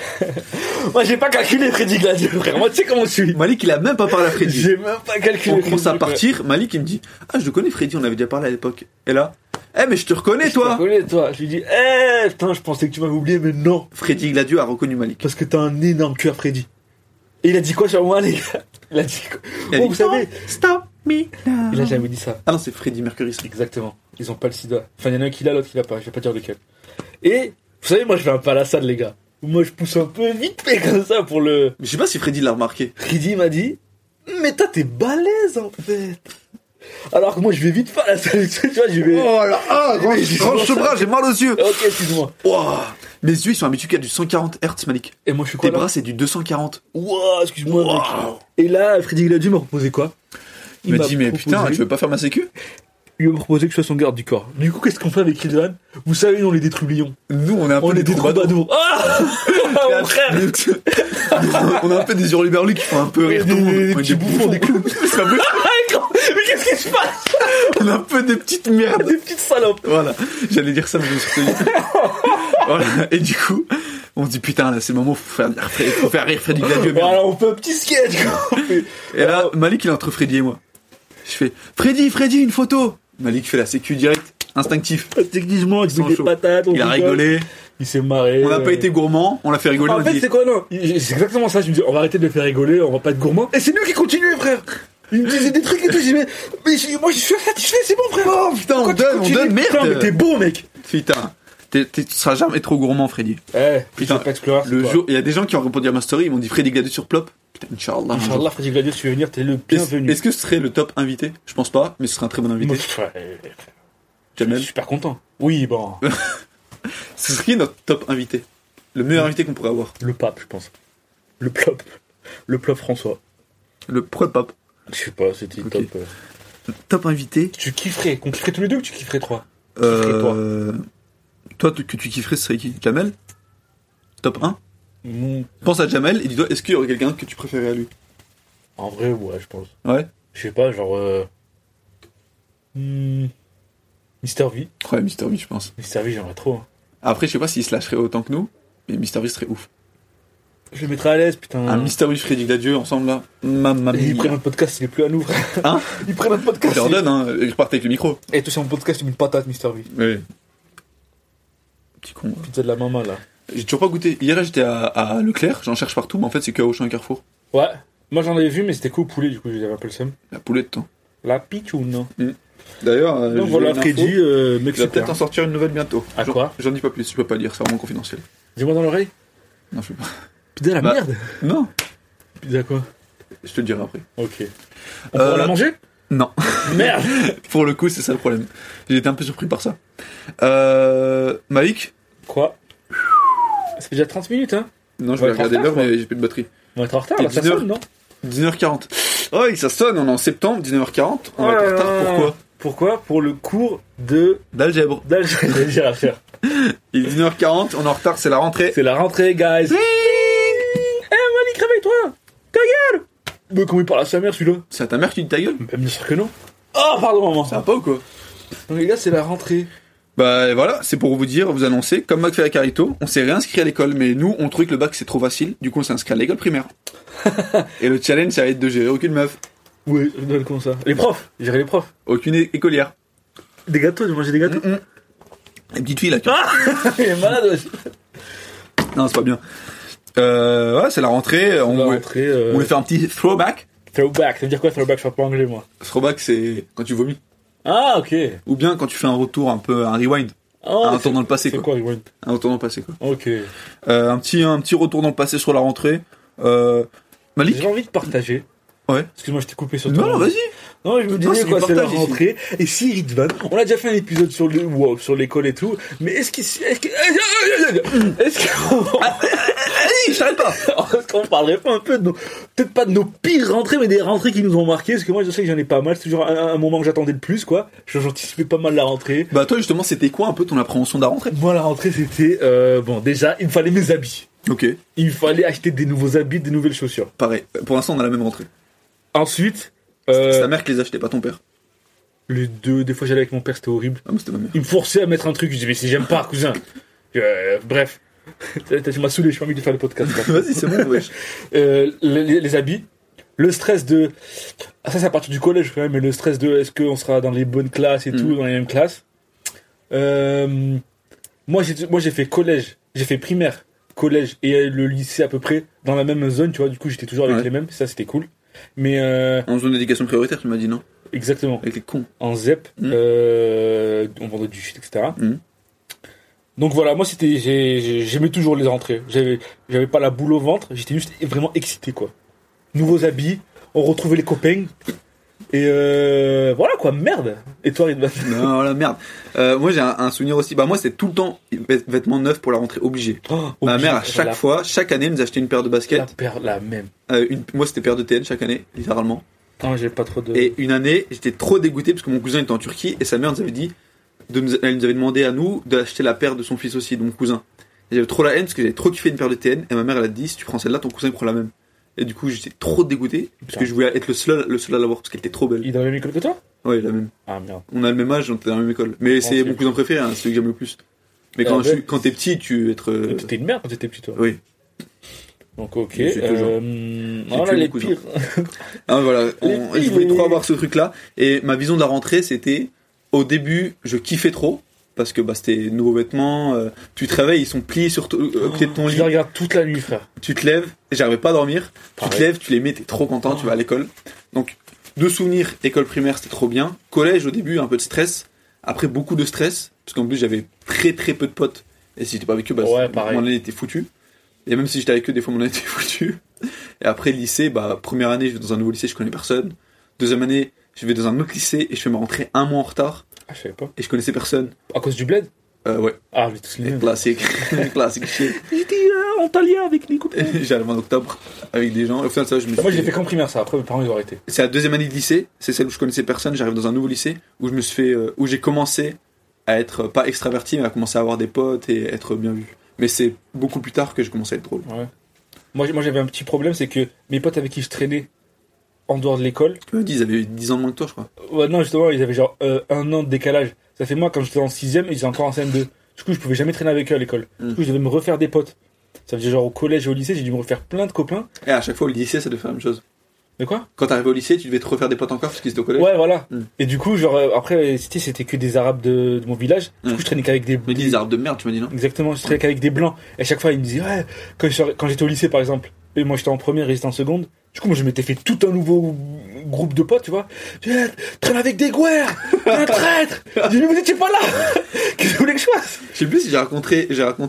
Moi j'ai pas calculé Freddy Gladieux, frère. Moi tu sais comment je suis. Malik il a même pas parlé à Freddy. J'ai même pas calculé. On commence à partir. Malik il me dit ah je le connais Freddy, on avait déjà parlé à l'époque. Et là mais je te reconnais toi. Je te reconnais toi. Je lui dis putain je pensais que tu m'avais oublié mais non. Freddy Gladieux a reconnu Malik. Parce que t'as un énorme cœur Freddy. Et il a dit quoi sur moi les gars? Il a dit quoi? Vous savez stop me now. Il a jamais dit ça. Ah non c'est Freddy Mercury. Exactement. Ils ont pas le sida. Enfin il y en a un qui l'a, l'autre qui l'a pas. Je vais pas dire lequel. Et vous savez moi je fais un palassade les gars. Moi je pousse un peu vite fait comme ça pour le. Je sais pas si Freddy l'a remarqué. Freddy m'a dit mais toi t'es balèze en fait. Alors que moi je vais vite pas la salle, tu vois, je vais. Oh là, range ce bras, j'ai mal aux yeux. Ok, excuse-moi. Wow. Mes yeux ils sont habitués à du 140 Hz, Malik. Et moi je suis quoi? Tes bras c'est du 240. Wow, excuse-moi. Wow. Et là, Freddy Gladieux m'a proposé quoi? Il m'a dit mais putain, tu veux pas faire ma sécu? Il m'a proposé que je sois son garde du corps. Du coup, qu'est-ce qu'on fait avec Kildran? Vous savez, nous on est des trublions. Nous on est un peu des troubadours. Ah mon frère. On a un peu des hurluberlus qui font un peu rire tout le monde. Des petits bouffons, des clowns. Mais qu'est-ce qui se passe? On a un peu des petites merdes. Des petites salopes. Voilà. J'allais dire ça, mais je me suis retenu. Voilà. Et du coup, on se dit putain, là, c'est le moment, faut faire rire Freddy Gladieux. Voilà, on fait un petit sketch, quoi. Et là, Malik, il est entre Freddy et moi. Je fais, Freddy, une photo. Malik fait la sécu direct, instinctif. Techniquement, il met des patates. Il a rigolé. Il s'est marré. On n'a pas été gourmand, on l'a fait rigoler. En fait, c'est quoi, non? C'est exactement ça. Je me dis, on va arrêter de le faire rigoler, on va pas être gourmand. Et c'est nous qui continuons, frère. Il me disait des trucs et tout, je dis, mais moi je suis satisfait, c'est bon, frère. Oh putain, on donne, merde. Putain, mais t'es beau, mec. Putain. Tu seras jamais trop gourmand, Freddy. Putain, le jour, il y a des gens qui ont répondu à ma story, ils m'ont dit Freddy Gladieux sur Plop. Putain, Inch'Allah. Inch'Allah, Freddy Gladieux, si tu veux venir, t'es le bienvenu. Est-ce que ce serait le top invité? Je pense pas, mais ce serait un très bon invité. Jamel. Je suis super content. Oui, bon. Ce serait notre top invité. Le meilleur invité qu'on pourrait avoir. Le pape, je pense. Le plop François. Le pape. Je sais pas, c'était top. Top invité. Tu kifferais, qu'on kifferait tous les deux ou tu kifferais trois? Toi, que tu kifferais, ce serait qui? Jamel? Top 1? Pense à Jamel et dis-toi, est-ce qu'il y aurait quelqu'un que tu préférais à lui? En vrai, ouais, je pense. Ouais? Je sais pas, genre. Mister V. Ouais, Mister V, je pense. Mister V, j'aimerais trop. Hein. Après, je sais pas s'il se lâcherait autant que nous, mais Mister V serait ouf. Je le mettrais à l'aise, putain. Un Mister V, Freddy Gladieux, ensemble, là. Mamma mia. Ils prennent notre podcast, il est plus à nous, frère. Hein? Ils prennent notre podcast. Je leur donne, hein. Ils repartent avec le micro. Et toi, sur mon podcast, tu mets une patate, Mister V. Oui. Petit con. Pizza de la maman, là. J'ai toujours pas goûté. Hier, j'étais à Leclerc, j'en cherche partout, mais en fait, c'est que à Auchan et Carrefour. Ouais. Moi, j'en avais vu, mais c'était qu'au poulet, du coup, j'avais un peu le seum. La poulette, toi. La pichoune. D'ailleurs, donc voilà, Freddy, mec, je vais peut-être en sortir une nouvelle bientôt. À quoi? J'en dis pas plus, je peux pas dire, c'est vraiment confidentiel. Dis-moi dans l'oreille. Non, je peux pas. Pizza la merde. Non. Pizza quoi? Je te le dirai après. Ok. On pourra la manger? Non. Merde. Pour le coup, c'est ça le problème. J'ai été un peu surpris par ça. Malik? Quoi? Ça fait déjà 30 minutes, hein. Non, je On vais va être en regarder retard, l'heure, quoi. mais j'ai plus de batterie. On va être en retard, Et là, ça 10 heures. sonne, non? 19h40. Oh, oui, ça sonne, on est en septembre, 19h40. On va être en retard, pourquoi? Pourquoi? Pour le cours de... D'algèbre. D'algérie à faire. Il est 19h40, on est en retard, c'est la rentrée. C'est la rentrée, guys. Eh, Malik, réveille-toi. Ta gueule. Mais comment il parle à sa mère, celui-là? C'est à ta mère qui dit ta gueule? Bien sûr que non. Oh, pardon, maman. Ça va pas ou quoi? Donc les gars, c'est la rentrée. Bah voilà, c'est pour vous dire, vous annoncer, comme McFly et Carito, on s'est réinscrit à l'école, mais nous, on trouvait que le bac c'est trop facile, du coup on s'est inscrit à l'école primaire. Et le challenge, ça va être de gérer aucune meuf, Oui, comment ça? Les profs. Gérer les profs. aucune écolière. Des gâteaux, de manger des gâteaux. Les petites filles là. Ah. Il est malade aussi. Non, c'est pas bien. Ouais, c'est la rentrée, on La voulait, rentrée. on voulait faire un petit throwback. Throwback. Ça veut dire quoi, throwback? Je suis pas anglais, moi. Throwback, c'est quand tu vomis. Ah, ok. Ou bien quand tu fais un retour un peu, un rewind. Oh, Un retour dans le passé, c'est quoi. quoi, Rewind? Un retour dans le passé, quoi. Ok. Un petit retour dans le passé sur la rentrée. Malik? J'ai envie de partager. Ouais. Excuse-moi, je t'ai coupé sur Non, vas-y. Non, je me Non, disais c'est quoi, du c'est la partage, ici. rentrée. Et si Ridvan, on a déjà fait un épisode sur le wow, sur l'école et tout, mais est-ce Allez, je t'arrête pas. qu'on parlerait pas un peu de nos, peut-être pas de nos pires rentrées, mais des rentrées qui nous ont marqué, parce que moi je sais que j'en ai pas mal, c'est toujours un moment que j'attendais le plus, quoi. J'anticipais pas mal la rentrée. Bah toi justement, c'était quoi un peu ton appréhension de la rentrée? Moi, la rentrée, c'était, bon, déjà, il me fallait mes habits. Ok, Il me fallait acheter des nouveaux habits, des nouvelles chaussures. pareil. Pour l'instant, on a la même rentrée. Ensuite, C'est ta mère qui les achetait, pas ton père. les deux, des fois j'allais avec mon père, c'était horrible. Ah, moi c'était ma mère. Il me forçait à mettre un truc, je disais, mais si j'aime pas, cousin. Bref. Tu m'as saoulé, je suis envie de faire le podcast. Vas-y, c'est bon, wesh. Les habits. Le stress de. Ah, ça, c'est à partir du collège, quand même, mais le stress de est-ce qu'on sera dans les bonnes classes et tout, dans les mêmes classes. Moi, j'ai fait collège, j'ai fait primaire, collège et le lycée à peu près dans la même zone, tu vois. Du coup, j'étais toujours avec Ouais. les mêmes, ça c'était cool. Mais En zone d'éducation prioritaire, tu m'as dit non? exactement, Avec les cons. en ZEP, Mm. on vendait du shit, etc. Mm. Donc voilà, moi j'aimais toujours les rentrées. J'avais pas la boule au ventre, j'étais juste vraiment excité quoi. Nouveaux habits, on retrouvait les copains. Et voilà quoi, merde. Et toi, Ridvan? Non, voilà, merde. Moi j'ai un souvenir aussi. Bah moi c'était tout le temps vêtements neufs pour la rentrée obligé. Oh, Ma obligé, mère à chaque la- fois, chaque année, elle nous achetait une paire de baskets. la même. Moi c'était paire de TN chaque année, littéralement. Non, j'ai pas trop de. Et une année, j'étais trop dégoûté parce que mon cousin était en Turquie et sa mère nous avait dit, elle nous avait demandé à nous d'acheter la paire de son fils aussi, de mon cousin. Et j'avais trop la haine parce que j'avais trop kiffé une paire de TN et ma mère elle a dit, si tu prends celle-là, ton cousin il prend la même. Et du coup j'étais trop dégoûté parce que je voulais être le seul à l'avoir parce qu'elle était trop belle. Il est dans la même école que toi? Ouais, la même. Ah merde. On a le même âge, on était dans la même école. Mais c'est Ok. mon cousin préféré, hein, c'est celui que j'aime le plus. Mais Ah ouais. quand t'es petit, tu veux être. T'étais une merde quand t'étais petit toi. Oui. Donc ok. Je suis toujours. Voilà tué les mon cousin. pires. Ah, voilà, Les je voulais filles, trop avoir ce truc-là. Et ma vision de la rentrée, c'était au début, je kiffais trop. Parce que bah, c'était de nouveaux vêtements. Tu te réveilles, ils sont pliés sur côté de ton Je lit. les regarde toute la nuit, frère. Tu te lèves, et j'arrivais pas à dormir. Tu Pareil. te lèves, tu les mets, t'es trop content, tu vas à l'école. Donc, deux souvenirs, école primaire, c'était trop bien. Collège, au début, un peu de stress. Après, beaucoup de stress. Parce qu'en plus, j'avais très très peu de potes. Et si j'étais pas avec eux, bah, Ouais, pareil. mon année était foutue. Et même si j'étais avec eux, des fois, mon année était foutue. Et après, lycée, bah, première année, je vais dans un nouveau lycée, je connais personne. Deuxième année, je vais dans un autre lycée et je fais ma rentrée un mois en retard. Ah, je savais pas. Et je connaissais personne. À cause du bled? Ouais. Ah, mais tous les mêmes. Classique. Classique shit. J'étais en talien avec les copains. J'arrive en octobre avec des gens. Et au final, ça, je me suis Moi, j'ai fait qu'en primaire, ça. Après, mes parents, ils ont arrêté. C'est la deuxième année de lycée, c'est celle où je connaissais personne. J'arrive dans un nouveau lycée où je me suis fait, où j'ai commencé à être pas extraverti, mais à commencer à avoir des potes et être bien vu. Mais c'est beaucoup plus tard que j'ai commencé à être drôle. Ouais. Moi, j'avais un petit problème, c'est que mes potes avec qui je traînais en dehors de l'école, Ils avaient 10 ans de moins que toi, je crois. ouais, non, justement, ils avaient genre un an de décalage. Ça fait moi, quand j'étais en 6ème, ils étaient encore en CM2. Du coup, je pouvais jamais traîner avec eux à l'école. Du coup, je devais me refaire des potes. Ça veut dire genre au collège et au lycée, j'ai dû me refaire plein de copains. Et à chaque fois au lycée, ça devait faire la même chose. Mais quoi? Quand t'arrivais au lycée, tu devais te refaire des potes encore parce qu'ils étaient au collège. Ouais, voilà. Mm. Et du coup, genre, après, c'était que des arabes de mon village. Du coup, je traînais qu'avec Mais dis des arbres de merde, tu m'as dit non? Exactement, je traînais qu'avec des blancs. Et à chaque fois, ils me disaient, ouais, quand j'étais au lycée, par exemple, et moi j'étais en première et ils étaient en seconde, du coup, moi je m'étais fait tout un nouveau groupe de potes, tu vois. Je disais, traîne avec des gouères, t'es un traître. Je dis, mais vous étiez pas là. Qu'est-ce que vous voulez que je fasse? Je sais plus si j'ai raconté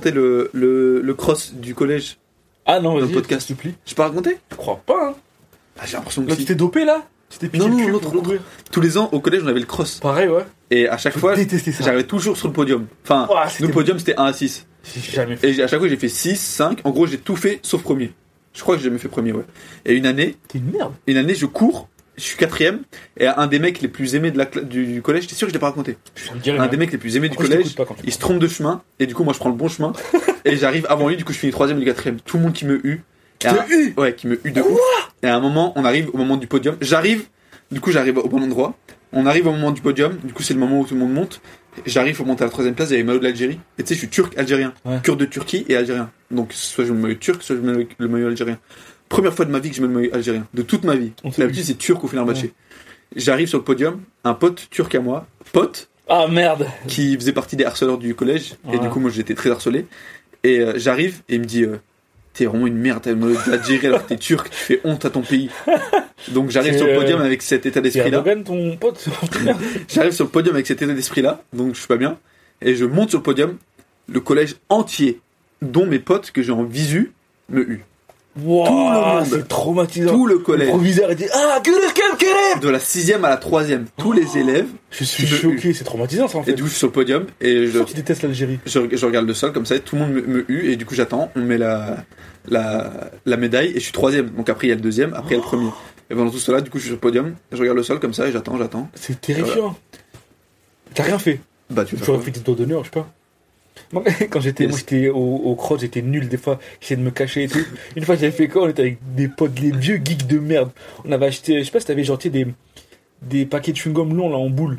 le cross du collège Ah non, dans le vas-y, podcast. s'il te plaît. J'ai pas raconté? Je crois pas, hein. Ah, j'ai l'impression que Là, si. tu t'es dopé, là? C'était piqué Non, le cul l'autre, pour courir. Tous les ans, au collège, on avait le cross. Pareil, ouais. Et à chaque fois, Détestais ça. j'arrivais toujours sur le podium. Enfin, Ouah, c'était le podium, c'était 1 à 6. J'ai jamais fait. Et à chaque fois, j'ai fait 6, 5. En gros, j'ai tout fait sauf premier. Je crois que j'ai jamais fait premier, ouais. Et une année, T'es une merde. je cours, je suis 4ème, et un des mecs les plus aimés de du collège, j'étais sûr que je l'ai pas raconté. Ça me dirait Un rien. des mecs les plus aimés du Pourquoi je collège, t'écoute pas quand tu il se trompe de chemin, et du coup, moi, je prends le bon chemin, et j'arrive avant lui, du coup, je finis 3ème et lui 4ème. Tout le monde qui me hue. Tu te hues. Ouais, qui me hue de ouf. Et à un moment, on arrive au moment du podium. J'arrive au bon endroit. On arrive au moment du podium, du coup, c'est le moment où tout le monde monte. J'arrive, faut monter à la 3ème place, il y avait le maillot de l'Algérie. Et tu sais, je suis turc-algérien. Ouais. Kurde de Turquie et algérien. Donc, soit je mets le maillot turc, soit je mets le maillot algérien. Première fois de ma vie que je mets le maillot algérien. De toute ma vie. On sait D'habitude, c'est turc au Fenerbahçe. Ouais. J'arrive sur le podium, un pote turc à moi, Ah merde. qui faisait partie des harceleurs du collège. Et Ouais. du coup, moi, j'étais très harcelé. Et j'arrive et il me dit t'es vraiment une merde, t'as le maillot de l'Algérie alors que t'es turc, tu fais honte à ton pays. Donc j'arrive C'est, sur le podium avec cet état C'est d'esprit-là. Erdogan, ton pote. J'arrive sur le podium avec cet état d'esprit-là, donc je suis pas bien. Et je monte sur le podium, le collège entier, dont mes potes que j'ai en visu, me huent. Wow, Tout le monde. c'est traumatisant. Tout le Le collège. proviseur a dit ah De la 6ème à la 3ème, tous les élèves. Je suis Tu me choqué, c'est traumatisant ça en Et fait. du coup, je suis sur le podium et Pourquoi tu détestes l'Algérie? je regarde le sol comme ça, et tout le monde me hue, et du coup, j'attends. On met la médaille, et je suis 3ème. Donc après, il y a le 2ème, après, il y a le premier. Et pendant tout cela, du coup, je suis sur le podium, je regarde le sol comme ça, et j'attends. C'est terrifiant. T'as rien fait. Bah, tu fais J'aurais quoi fait des doigts d'honneur, je sais pas. Moi, quand j'étais, Yes. moi, j'étais au cross, j'étais nul des fois, j'essayais de me cacher et tout. Une fois, j'avais fait quoi? On était avec des potes, les vieux geeks de merde. On avait acheté, je sais pas si t'avais genre tu sais, des paquets de chewing-gum longs là en boule.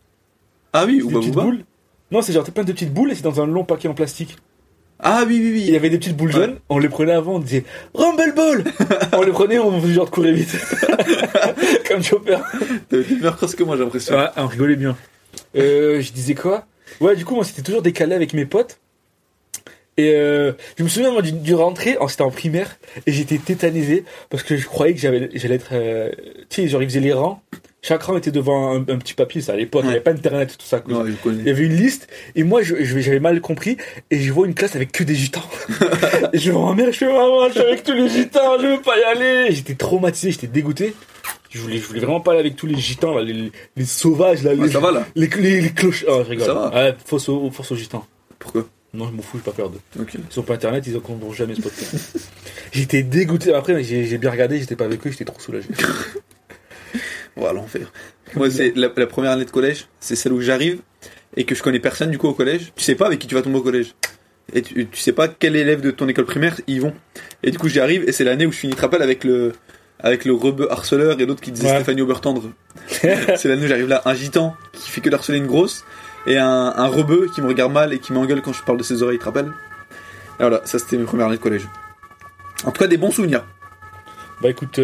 Ah oui, Des ou bah, petites boules. Non, c'est genre plein de petites boules et c'est dans un long paquet en plastique. Ah oui, Et il y avait des petites boules Ouais. jaunes, on les prenait avant, on disait Rumble Ball. On les prenait, on faisait genre de courir vite. Comme Chopper. T'avais fait meilleur cross que moi, j'ai l'impression. Ouais, on rigolait bien. Je disais quoi? Ouais, du coup, moi, c'était toujours décalé avec mes potes. Et je me souviens, moi, du rentrée, c'était en primaire, et j'étais tétanisé, parce que je croyais que j'allais être... tu sais, genre, ils faisaient les rangs. Chaque rang était devant un petit papier, ça, à l'époque, il n'y avait pas Internet et tout ça. Ouais, je Il y connais. avait une liste, et moi, j'avais mal compris, et je vois une classe avec que des gitans. Et je vois ma mère, je fais, maman, je suis avec tous les gitans, je veux pas y aller. J'étais traumatisé, j'étais dégoûté. Je voulais vraiment pas aller avec tous les gitans, là, les sauvages, là, Ouais, ça va là. les cloches. Ah, je rigole. Ça va. Ouais, force aux gitans. Pourquoi? Non, je m'en fous, j'ai pas peur d'eux. Ok. Ils ont pas internet, ils en comprendront jamais ce podcast. J'étais dégoûté. Après, j'ai bien regardé, j'étais pas avec eux, j'étais trop soulagé. Voilà, l'enfer. Moi, c'est la première année de collège, c'est celle où j'arrive et que je connais personne du coup au collège. Tu sais pas avec qui tu vas tomber au collège. Et tu sais pas quel élève de ton école primaire ils vont. Et du coup, j'y arrive et c'est l'année où je finis, tu te rappelles, avec le rebeu harceleur et l'autre qui disait Ouais. Stéphanie Aubertendre. C'est l'année où j'arrive là, un gitan qui fait que d'harceler une grosse et un rebeu qui me regarde mal et qui m'engueule quand je parle de ses oreilles, tu te rappelles? Et voilà, ça c'était mes premières années de collège. En tout cas, des bons souvenirs. Bah écoute,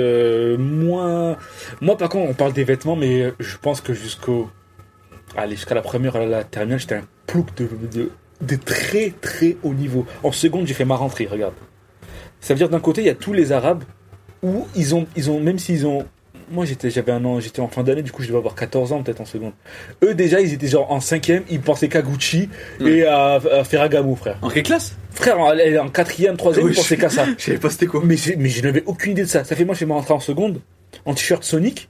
moi par contre, on parle des vêtements, mais je pense que jusqu'à la première, à la terminale, j'étais un plouc de très très haut niveau. En seconde, j'ai fait ma rentrée, regarde. Ça veut dire d'un côté, il y a tous les Arabes où ils ont même s'ils ont... Moi, j'avais un an, j'étais en fin d'année, du coup, je devais avoir 14 ans peut-être en seconde. Eux, déjà, ils étaient genre en 5ème, ils pensaient qu'à Gucci et à Ferragamo, frère. En quelle classe? Frère, en 4ème, 3ème, Oui, ils pensaient qu'à ça. Je savais pas c'était quoi. Mais je n'avais aucune idée de ça. Ça fait moi, je vais me rentrer en seconde, en t-shirt Sonic,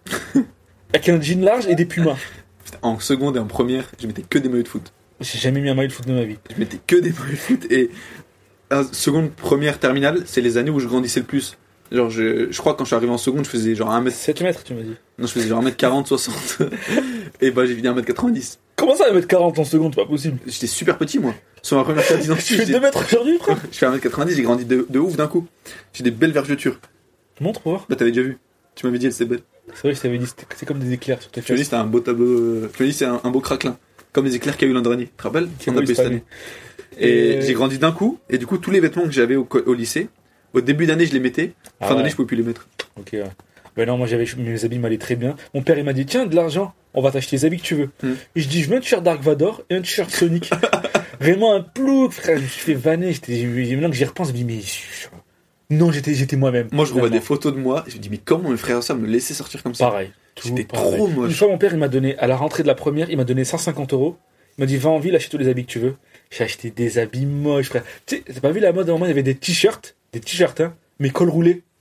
avec un jean large et des Pumas. En seconde et en première, je mettais que des maillots de foot. J'ai jamais mis un maillot de foot de ma vie. Je mettais que des maillots de foot et seconde, première, terminale, c'est les années où je grandissais le plus. Genre, je crois que quand je suis arrivé en seconde, je faisais genre 1m... 7 mètres, tu m'as dit. Non, je faisais genre 1m40, 60. Et bah, j'ai fini à 1m90. Comment ça, 1m40 en seconde? C'est pas possible. J'étais super petit, moi. Sur ma première carte Tu d'identité, fais 2 mètres aujourd'hui, frère? je fais 1m90, j'ai grandi de ouf d'un coup. J'ai des belles vergetures. Montre pour voir. Bah, t'avais déjà vu. Tu m'avais dit, elle c'est belle. C'est vrai, je t'avais dit, c'est comme des éclairs sur tes Tu m'as dit, fesses. c'était un beau tableau. Tu m'as dit, c'est un beau craquelin. Comme les éclairs qu'il y a eu l'an dernier. Tu te rappelles? On a oui, payé cette année. Et j'ai grandi d'un coup. Et du coup, tous les vêtements que j'avais au lycée, au début d'année, je les mettais. Ah Fin d'année, ouais. je pouvais plus les mettre. Ok, ouais. Ben non, moi mes habits m'allaient très bien. Mon père il m'a dit tiens de l'argent, on va t'acheter les habits que tu veux. Et je dis je veux un t-shirt Dark Vador et un t-shirt Sonic. Vraiment un plouc, frère. Je me suis fait vanner. Maintenant que j'y repense, je me dis mais non j'étais moi-même. Moi, je revois Finalement. des photos de moi. Et je me dis, mais comment mes frères et sœurs me laissaient sortir comme ça? Pareil. tout J'étais pareil. trop moche. Une fois mon père il m'a donné à la rentrée de la première, il m'a donné 150 €. Il m'a dit va en ville acheter tous les habits que tu veux. J'ai acheté des habits moches, frère. Tu sais, t'as pas vu la mode à un moment il y avait des t-shirts hein, mais col roulé.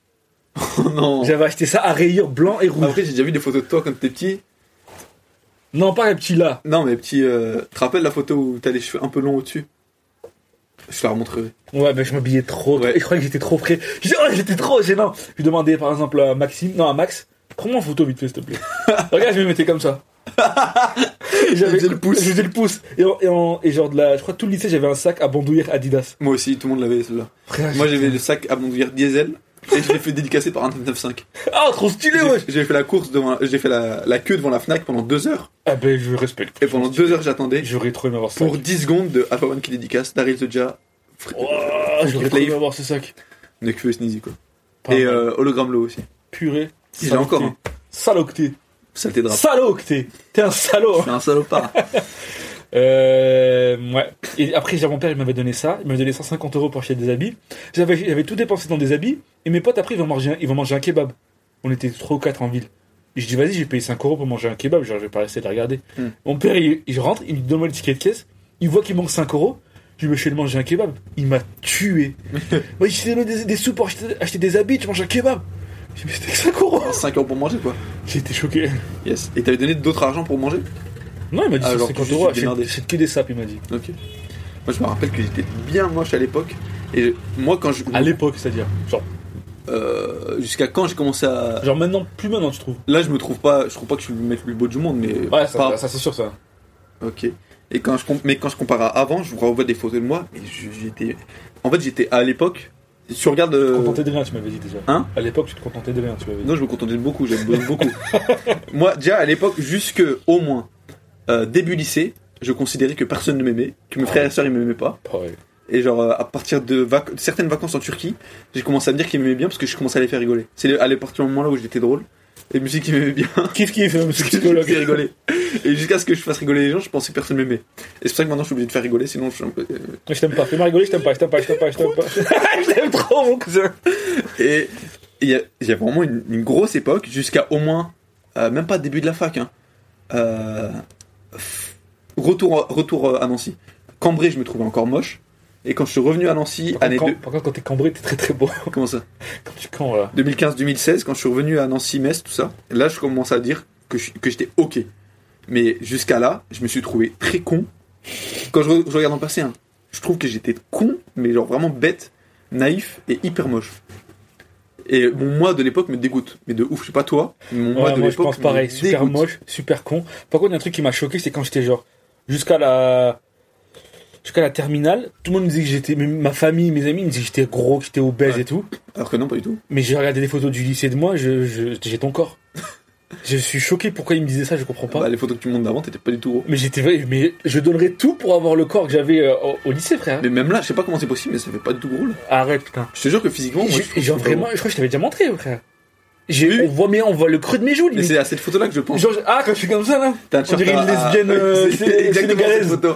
Oh non. J'avais acheté ça à rayures blanc et rouge. Après, j'ai déjà vu des photos de toi quand t'étais petit. Non, pas les petits là. Non, mais petit. Tu te rappelles la photo où t'as les cheveux un peu longs au-dessus? Je te la remontrerai. Ouais, mais je m'habillais trop. Ouais. Et je croyais que j'étais trop prêt. Je disais, oh, j'étais trop gênant. Je demandais par exemple à Maxime, non à Max, prends-moi en photo vite fait, s'il te plaît. Regarde, je me mettais comme ça. Et Je faisais le pouce. Je faisais le pouce. Et genre, je crois que tout le lycée, j'avais un sac à bandoulière Adidas. Moi aussi, tout le monde l'avait celui-là. Frère, Moi, j'avais le sac à bandoulière Diesel. Et je l'ai fait dédicacer par un 995. Ah, trop stylé, ouais. J'ai fait la course devant, j'ai fait la queue devant la Fnac pendant 2 heures. Ah ben, je respecte. Et pendant 2 heures, j'attendais J'aurais trop aimé avoir ça. pour 10 secondes de Alpha One qui dédicace, Daryl Soja, Oh, j'aurais trop aimé avoir ce sac. Nekfeu et Sneezy, quoi. Pas Et mal. Hologram Low aussi. Purée. Il a encore un. Salocté. Saleté de rap. Salocté. T'es un salaud. C'est un salopard. Ouais. Et après, mon père, il m'avait donné ça. Il m'avait donné 150 € pour acheter des habits. J'avais tout dépensé dans des habits. Et mes potes, après, ils vont manger un kebab. On était 3 ou 4 en ville. Et je dis, vas-y, j'ai payé 5 € pour manger un kebab. Genre, je vais pas rester de regarder. Mon père, il rentre, il me donne le ticket de caisse. Il voit qu'il manque 5 €. Je lui dis, je vais manger un kebab. Il m'a tué. Ouais, je t'ai donné des sous pour acheter des habits. Tu manges un kebab. Je me suis dit, mais c'était que 5 €. 5 € pour manger, quoi. J'ai été choqué. Yes. Et t'avais donné d'autres argent pour manger? Non, il m'a dit, Ah, c'est genre, 50 juste €. démerdé. C'est que des sapes, il m'a dit. Ok. Moi, je me rappelle que j'étais bien moche à l'époque. Et moi, quand je. À l'époque, c'est-à-dire. Genre. Jusqu'à quand j'ai commencé à. Genre maintenant, plus maintenant, tu trouves. Là, je trouve pas que je suis le mec le plus beau du monde, mais. Ouais, pas- ça c'est sûr, ça. Ok. Et quand je compare à avant, je revois des photos de moi. Et j'étais. En fait, j'étais à l'époque. Si tu regardes. Tu te contentais de rien, tu m'avais dit déjà. Hein? À l'époque, tu te contentais de rien, tu m'avais dit. Non, je me contentais de beaucoup, j'avais besoin de beaucoup. Moi, déjà à l'époque, jusque au moins début lycée, je considérais que personne ne m'aimait, que mes frères et sœurs ils m'aimaient pas. Pareil. Et genre à partir de certaines vacances en Turquie, j'ai commencé à me dire qu'ils m'aimaient bien parce que je commençais à les faire rigoler. C'est à partir du moment là où j'étais drôle. Et je me suis dit qu'ils m'aimaient bien. Kiff, monsieur Parce que je me psychologue. fais rigoler. Et jusqu'à ce que je fasse rigoler les gens, je pensais que personne m'aimait. Et c'est pour ça que maintenant je suis obligé de faire rigoler, sinon je suis un peu. Je t'aime pas, fais-moi rigoler, je t'aime pas. Je t'aime trop, mon cousin. Et il y a vraiment une grosse époque, jusqu'à au moins, même pas début de la fac, hein. Retour à Nancy. Cambrai, je me trouvais encore moche. Et quand je suis revenu à Nancy, année 2. Par contre, quand t'es cambré, t'es très très beau. Comment ça? Quand tu camps, là. 2015-2016, quand je suis revenu à Nancy, Metz, tout ça, là je commence à dire que j'étais ok. Mais jusqu'à là, je me suis trouvé très con. Quand je regarde en passé, hein, je trouve que j'étais con, mais genre vraiment bête, naïf et hyper moche. Et mon moi de l'époque me dégoûte. Mais de ouf, je sais pas toi, mais mon moi Ouais, de moi je l'époque pense pareil, me super dégoûte. moche, super con. Par contre, il y a un truc qui m'a choqué, c'est quand j'étais genre jusqu'à la terminale, tout le monde me disait que j'étais, même ma famille, mes amis me disaient que j'étais gros, que j'étais obèse Ouais. et tout. Alors que non, pas du tout. Mais j'ai regardé des photos du lycée de moi, j'ai ton corps. Je suis choqué pourquoi ils me disaient ça, je comprends pas. Bah, les photos que tu montres d'avant, t'étais pas du tout gros. Mais mais je donnerais tout pour avoir le corps que j'avais au lycée, frère. Mais même là, je sais pas comment c'est possible, mais ça fait pas du tout gros là. Arrête, putain. Je te jure que physiquement, moi, je trouve Genre que c'est vraiment, pas je crois que je t'avais déjà montré, frère. Oui. On voit le creux de mes joues, gros. Mais limite. c'est à cette photo-là que je pense. Genre, quand je suis comme ça, là. T'as un On dirait une lesbienne c'est exactement cette sénégalaise. photo.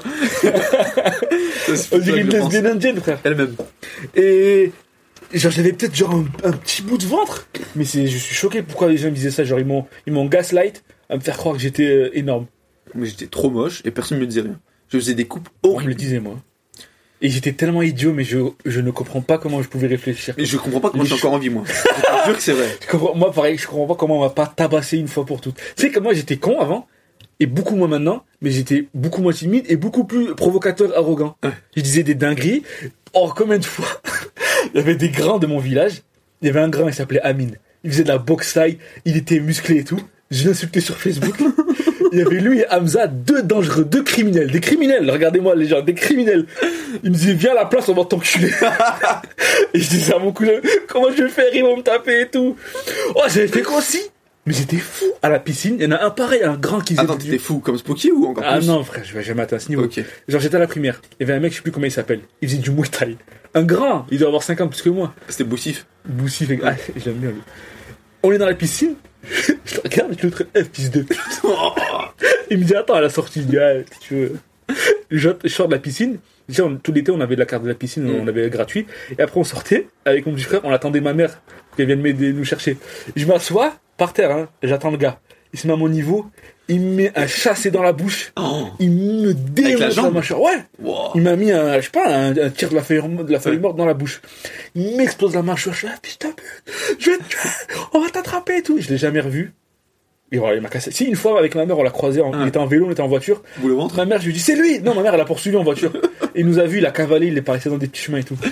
On dirait une lesbienne indienne, frère. Elle-même. Et genre j'avais peut-être genre un petit bout de ventre, mais je suis choqué pourquoi les gens me disaient ça. Genre ils m'ont gaslight à me faire croire que j'étais énorme. Mais j'étais trop moche et personne me disait rien. Je faisais des coupes On me horribles. le disait moi. Et j'étais tellement idiot, mais je ne comprends pas comment je pouvais réfléchir. Mais je comprends pas comment je suis encore en vie, moi. Je te jure que c'est vrai. Moi pareil, je comprends pas comment on m'a pas tabassé une fois pour toutes. Tu sais que moi j'étais con avant, et beaucoup moins maintenant, mais j'étais beaucoup moins timide et beaucoup plus provocateur, arrogant. Je disais des dingueries. Or, combien de fois il y avait des grands de mon village, il y avait un grand, il s'appelait Amine. Il faisait de la boxe taille, il était musclé et tout. Je l'insultais sur Facebook. Il y avait lui et Hamza, deux dangereux, deux criminels. Des criminels, regardez-moi les gens, des criminels. Il me disait, viens à la place, on va t'enculer. Et je disais à mon cousin, comment je vais faire, ils vont me taper et tout. Oh, j'avais fait quoi aussi? Mais j'étais fou. À la piscine, il y en a un pareil, un grand qui Attends, t'étais fou comme Spooky ou encore Ah plus? non, frère, je vais jamais atteindre ce niveau. Ok. Genre, j'étais à la primaire. Il y avait un mec, je sais plus comment il s'appelle. Il faisait du Muay Thai. Un grand, il doit avoir 5 ans plus que moi. C'était Boussif. Boussif, ah, je l'aime bien lui. On est dans la piscine. Je le regarde, je le traite fils de pute. Il me dit, attends, à la sortie, il dit, ah, si tu veux. Je sors de la piscine. Déjà, tout l'été, on avait la carte de la piscine, on avait gratuit. Et après, on sortait avec mon petit frère, on attendait ma mère pour qu'elle vienne nous chercher. Je m'assois par terre, hein, et j'attends le gars. il se met à mon niveau, il me met un chassé dans la bouche, Oh. il me démonte la jambe mâchoire. Ouais. Wow. Il m'a mis un tir de la feuille morte dans la bouche. Il m'explose la mâchoire. Je suis là, putain, je vais te tuer, on va t'attraper et tout. Je l'ai jamais revu. Et voilà, il m'a cassé. Si, une fois, avec ma mère, on l'a croisé, il était en vélo, on était en voiture. Vous le montrez? Ma mère, je lui dis, c'est lui! Non, ma mère, elle l'a poursuivi en voiture. Et il nous a vu, il a cavalé, il est passé dans des petits chemins et tout.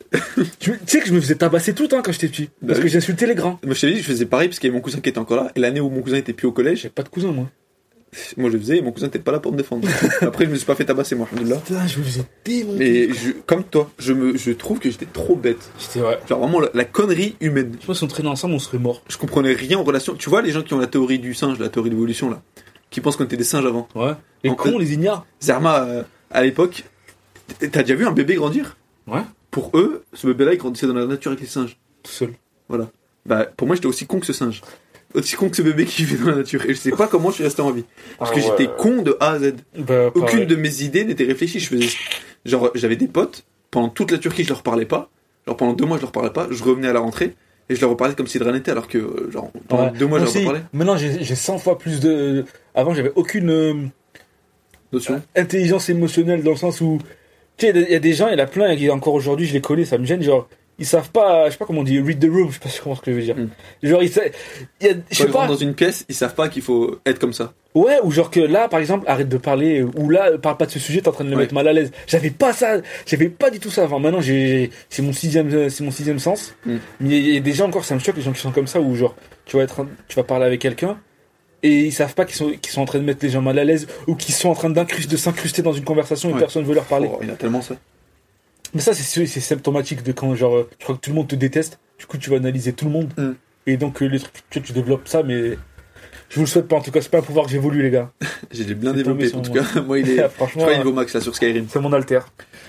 Tu sais que je me faisais tabasser tout le temps quand j'étais petit. Parce que j'insultais les grands. Moi, je t'avais dit, je faisais pareil parce qu'il y avait mon cousin qui était encore là. Et l'année où mon cousin était plus au collège, J'ai pas de cousin, moi. moi je le faisais et mon cousin n'était pas là pour me défendre. Après, je me suis pas fait tabasser, moi, alhamdoulilah. Putain, je me faisais démonter. Mais comme toi, je trouve que j'étais trop bête. J'étais, ouais. Genre vraiment la connerie humaine. Je pense que si on traînait ensemble, on serait morts. Je comprenais rien en relation. Tu vois, les gens qui ont la théorie du singe, la théorie de l'évolution, là, qui pensent qu'on était des singes avant. Ouais. Les cons, les ignares. Zerma, à l'époque, t'as déjà vu un bébé grandir? Ouais. Pour eux, ce bébé-là, il grandissait dans la nature avec les singes. Tout seul. Voilà. Bah, pour moi, j'étais aussi con que ce singe. Aussi con que ce bébé qui vit dans la nature. Et je sais pas comment je suis resté en vie. Parce que j'étais con de A à Z. Bah, Aucune de mes idées n'était réfléchie. Je faisais, genre, j'avais des potes. Pendant toute la Turquie, je leur parlais pas. Genre, pendant 2 mois, je leur parlais pas. Je revenais à la rentrée. Et je leur reparlais comme si de rien n'était. Alors que, genre, pendant 2 mois, je leur parlais. Maintenant, j'ai 100 fois plus de. Avant, j'avais aucune Notion. intelligence émotionnelle dans le sens où. Tu sais, il y a des gens, il y en a plein, et encore aujourd'hui, je les connais, ça me gêne. Genre, ils savent pas, je sais pas comment on dit, read the room, je sais pas comment ce que je veux dire. Genre, je sais Quand ils pas. rentrent dans une pièce, ils savent pas qu'il faut être comme ça. Ouais, ou genre que là, par exemple, arrête de parler, ou là, parle pas de ce sujet, t'es en train de le mettre mal à l'aise. J'avais pas du tout ça avant. Maintenant, c'est mon sixième sens. Mais il y a des gens encore, ça me choque, les gens qui sont comme ça, où genre, tu vas parler avec quelqu'un, et ils savent pas qu'ils sont en train de mettre les gens mal à l'aise, ou qu'ils sont en train de s'incruster dans une conversation et personne veut leur parler. Oh, il y a tellement ça. Mais ça, c'est symptomatique de quand, genre, tu crois que tout le monde te déteste, du coup, tu vas analyser tout le monde. Et donc, les trucs, tu développes ça, mais je vous le souhaite pas, en tout cas, c'est pas un pouvoir que j'évolue, les gars. J'ai bien développé, en tout cas. Moi, il est, franchement, je crois, niveau max, là, sur Skyrim. C'est mon alter.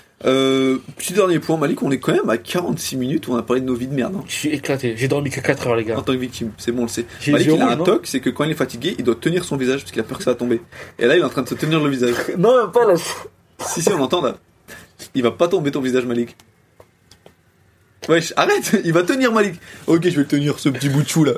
Petit dernier point, Malik, on est quand même à 46 minutes où on a parlé de nos vies de merde. Hein. Je suis éclaté, j'ai dormi que 4 heures, les gars. En tant que victime, c'est bon, on le sait. J'ai Malik, les il a rouges, un non toc, c'est que quand il est fatigué, il doit tenir son visage parce qu'il a peur que ça va tomber. Et là, il est en train de se tenir le visage. Non, même pas là. Si, on entend là. Il va pas tomber ton visage, Malik. Wesh, arrête, il va tenir, Malik. Ok, je vais le tenir, ce petit bout de chou là.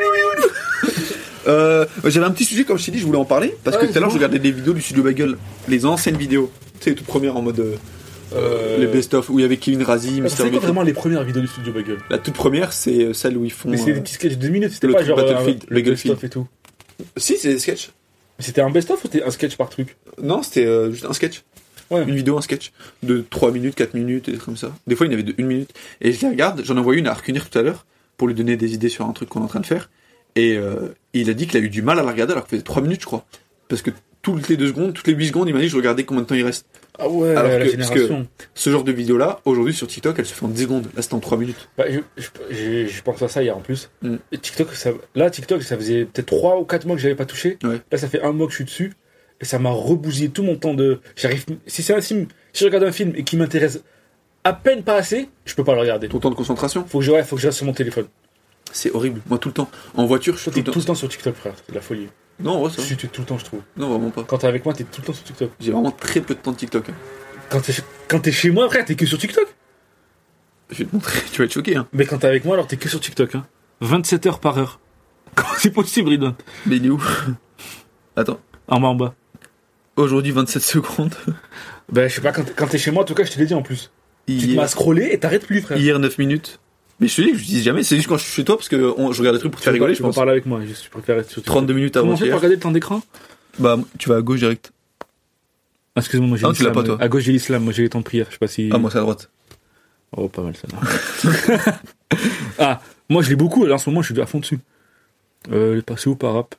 J'avais un petit sujet, comme je t'ai dit, je voulais en parler. Parce que tout à l'heure, je regardais des vidéos du studio Bagel. Les anciennes vidéos. Tu sais, les toutes premières en mode. Les best-of, où il y avait Kevin Razi, Mr. C'est quoi vraiment les premières vidéos du studio Bagel? La toute première, c'est celle où ils font. Mais c'est des petits sketchs de 2 minutes, c'était le pas truc genre Battlefield, le Battlefield. best-of et tout. Si, c'est des sketchs. Mais c'était un best-of ou c'était un sketch par truc? Non, c'était juste un sketch. Ouais. Une vidéo, un sketch. De 3 minutes, 4 minutes, et des trucs comme ça. Des fois, il y en avait de 1 minute. Et je les regarde, j'en ai envoyé une à Arcunir tout à l'heure, pour lui donner des idées sur un truc qu'on est en train de faire. Et il a dit qu'il a eu du mal à la regarder alors qu'il faisait 3 minutes, je crois. Parce que toutes les 2 secondes, toutes les 8 secondes, il m'a dit je regardais combien de temps il reste. Ah ouais, alors la que, génération. parce que ce genre de vidéo-là, aujourd'hui sur TikTok, elle se fait en 10 secondes. Là, c'était en 3 minutes. Bah, je pense à ça hier en plus. Et TikTok, TikTok, ça faisait peut-être 3 ou 4 mois que j'avais pas touché. Ouais. Là, ça fait 1 mois que je suis dessus. Et ça m'a rebousillé tout mon temps de. Si je regarde un film et qui m'intéresse à peine pas assez, je peux pas le regarder. Ton temps de concentration? Faut que je reste sur mon téléphone. C'est horrible. Moi, tout le temps. En voiture, je suis Toi, t'es tout le temps sur TikTok, frère. C'est de la folie. Non, ouais, ça. Tu es tout le temps, je trouve. Non, vraiment pas. Quand t'es avec moi, t'es tout le temps sur TikTok. J'ai vraiment très peu de temps de TikTok. Hein. Quand t'es chez moi, frère, t'es que sur TikTok. Je vais te montrer, tu vas être choqué. Hein. Mais quand t'es avec moi, alors t'es que sur TikTok. Hein. 27 heures par heure. Comment c'est possible, Ridwan? Mais il est où? Attends. En bas. Aujourd'hui, 27 secondes. Ben, je sais pas, quand t'es chez moi, en tout cas, je te l'ai dit en plus. Tu te mets à scroller et t'arrêtes plus, frère. Hier, 9 minutes. Mais je te dis que je dis jamais, c'est juste quand je suis chez toi parce que je regarde des trucs pour te faire rigoler, je pense. Tu peux parler avec moi, je préfère être sur TikTok. 32 minutes avant. Comment on fait pour regarder le temps d'écran? Bah, tu vas à gauche direct. Ah, excuse-moi, moi j'ai Ah, tu l'as l'islam. pas, toi. À gauche, j'ai l'islam, moi j'ai les temps de prière, je sais pas si. Ah, moi c'est à droite. Oh, pas mal ça. Ah, moi je l'ai beaucoup, là en ce moment je suis à fond dessus. Il est passé où par rap?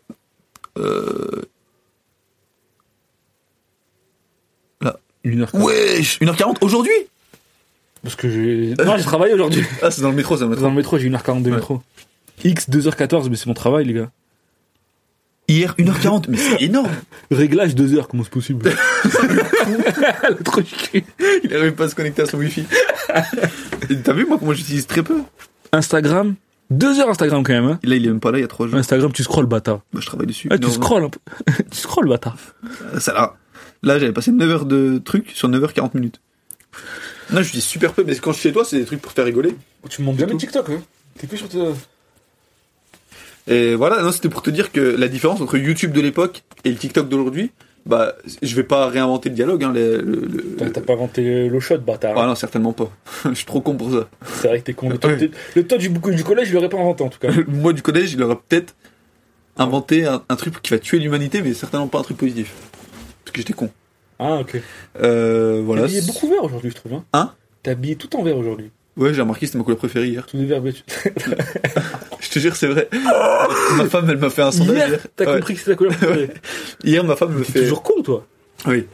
Là. 1h40. Wesh, 1h40 aujourd'hui? Parce que non, j'ai travaillé aujourd'hui. Ah, c'est dans le métro, ça me Dans le métro, j'ai 1h40 de métro. X 2h14, mais c'est mon travail, les gars. Hier, 1h40, mais c'est énorme. Réglage 2h, comment c'est possible? Le trop chic. Il arrive pas à se connecter à son wifi. Et t'as vu, moi, comment j'utilise très peu? Instagram, 2 heures Instagram quand même. Hein. Là, il est même pas là, il y a 3 jours. Instagram, tu scrolles, bâtard. Bah, je travaille dessus. Ah, tu scrolles un peu. Tu scrolles, bâtard. Ça là, j'avais passé 9 heures de trucs sur 9h40 minutes. Là, je dis super peu, mais quand je suis chez toi, c'est des trucs pour faire rigoler. Tu me montres jamais TikTok, hein. T'es plus sur Et voilà, non, c'était pour te dire que la différence entre YouTube de l'époque et le TikTok d'aujourd'hui, bah, je vais pas réinventer le dialogue, hein, T'as pas inventé l'eau chaude, bâtard. Ah non, certainement pas. Je suis trop con pour ça. C'est vrai que t'es con. Le temps du collège, je l'aurais pas inventé en tout cas. Moi, du collège, il aurait peut-être inventé un truc qui va tuer l'humanité, mais certainement pas un truc positif. Parce que j'étais con. Ah, ok. Voilà. T'es habillé beaucoup vert aujourd'hui, je trouve. Hein, Hein t'es habillé tout en vert aujourd'hui. Ouais, j'ai remarqué, c'était ma couleur préférée hier. Tout de vert, Je te jure, c'est vrai. Ma femme, elle m'a fait un sondage. Hier, t'as compris que c'est ta couleur préférée. Hier, ma femme me T'es fait. toujours con, toi. Oui.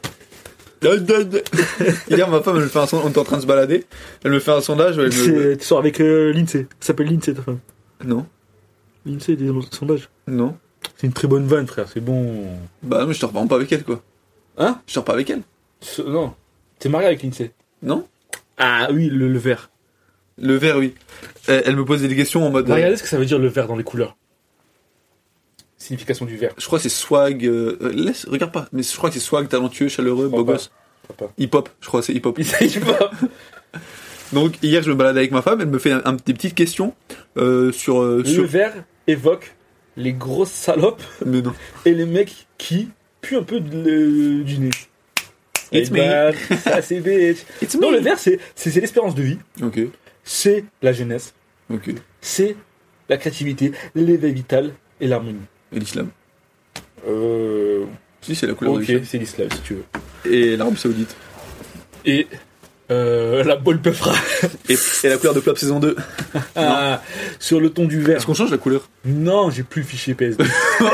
Hier, ma femme, elle me fait un sondage. On était en train de se balader. Elle me fait un sondage. Tu sors avec l'INSEE. Ça s'appelle l'INSEE, ta femme. Non. L'INSEE, des sondages. Non. C'est une très bonne vanne, frère. C'est bon. Bah, non, je sors vraiment pas avec elle, quoi. Hein? Je sors pas avec elle. Non. T'es marié avec l'INSEE. Non. Ah oui, le vert. Le vert, oui. Elle me pose des questions en mode. Regardez ce que ça veut dire le vert dans les couleurs. Signification du vert. Je crois que c'est swag. Regarde pas. Mais je crois que c'est swag, talentueux, chaleureux, beau pas. gosse. Hip-hop. Je crois que c'est hip-hop. Il s'agit pas. Donc, hier, je me balade avec ma femme. Elle me fait des petites questions sur. Le vert évoque les grosses salopes Mais non. et les mecs qui puent un peu du nez. It's Eh me. ben, ça c'est bitch. It's Non, me. le vert c'est l'espérance de vie, Ok. c'est la jeunesse, Ok. c'est la créativité, l'éveil vital et l'harmonie. Et l'islam. Euh... Si, c'est la couleur de Ok, l'islam. c'est l'islam si tu veux. Et l'Arabie Saoudite. Et la bolle peufra. Et la couleur de Club saison 2. Ah, sur le ton du vert. Est-ce qu'on change la couleur? Non, j'ai plus le fichier PSD.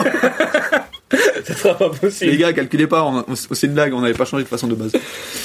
Ça sera pas possible. Les gars, calculez pas, c'est une blague, on n'avait pas changé de façon de base.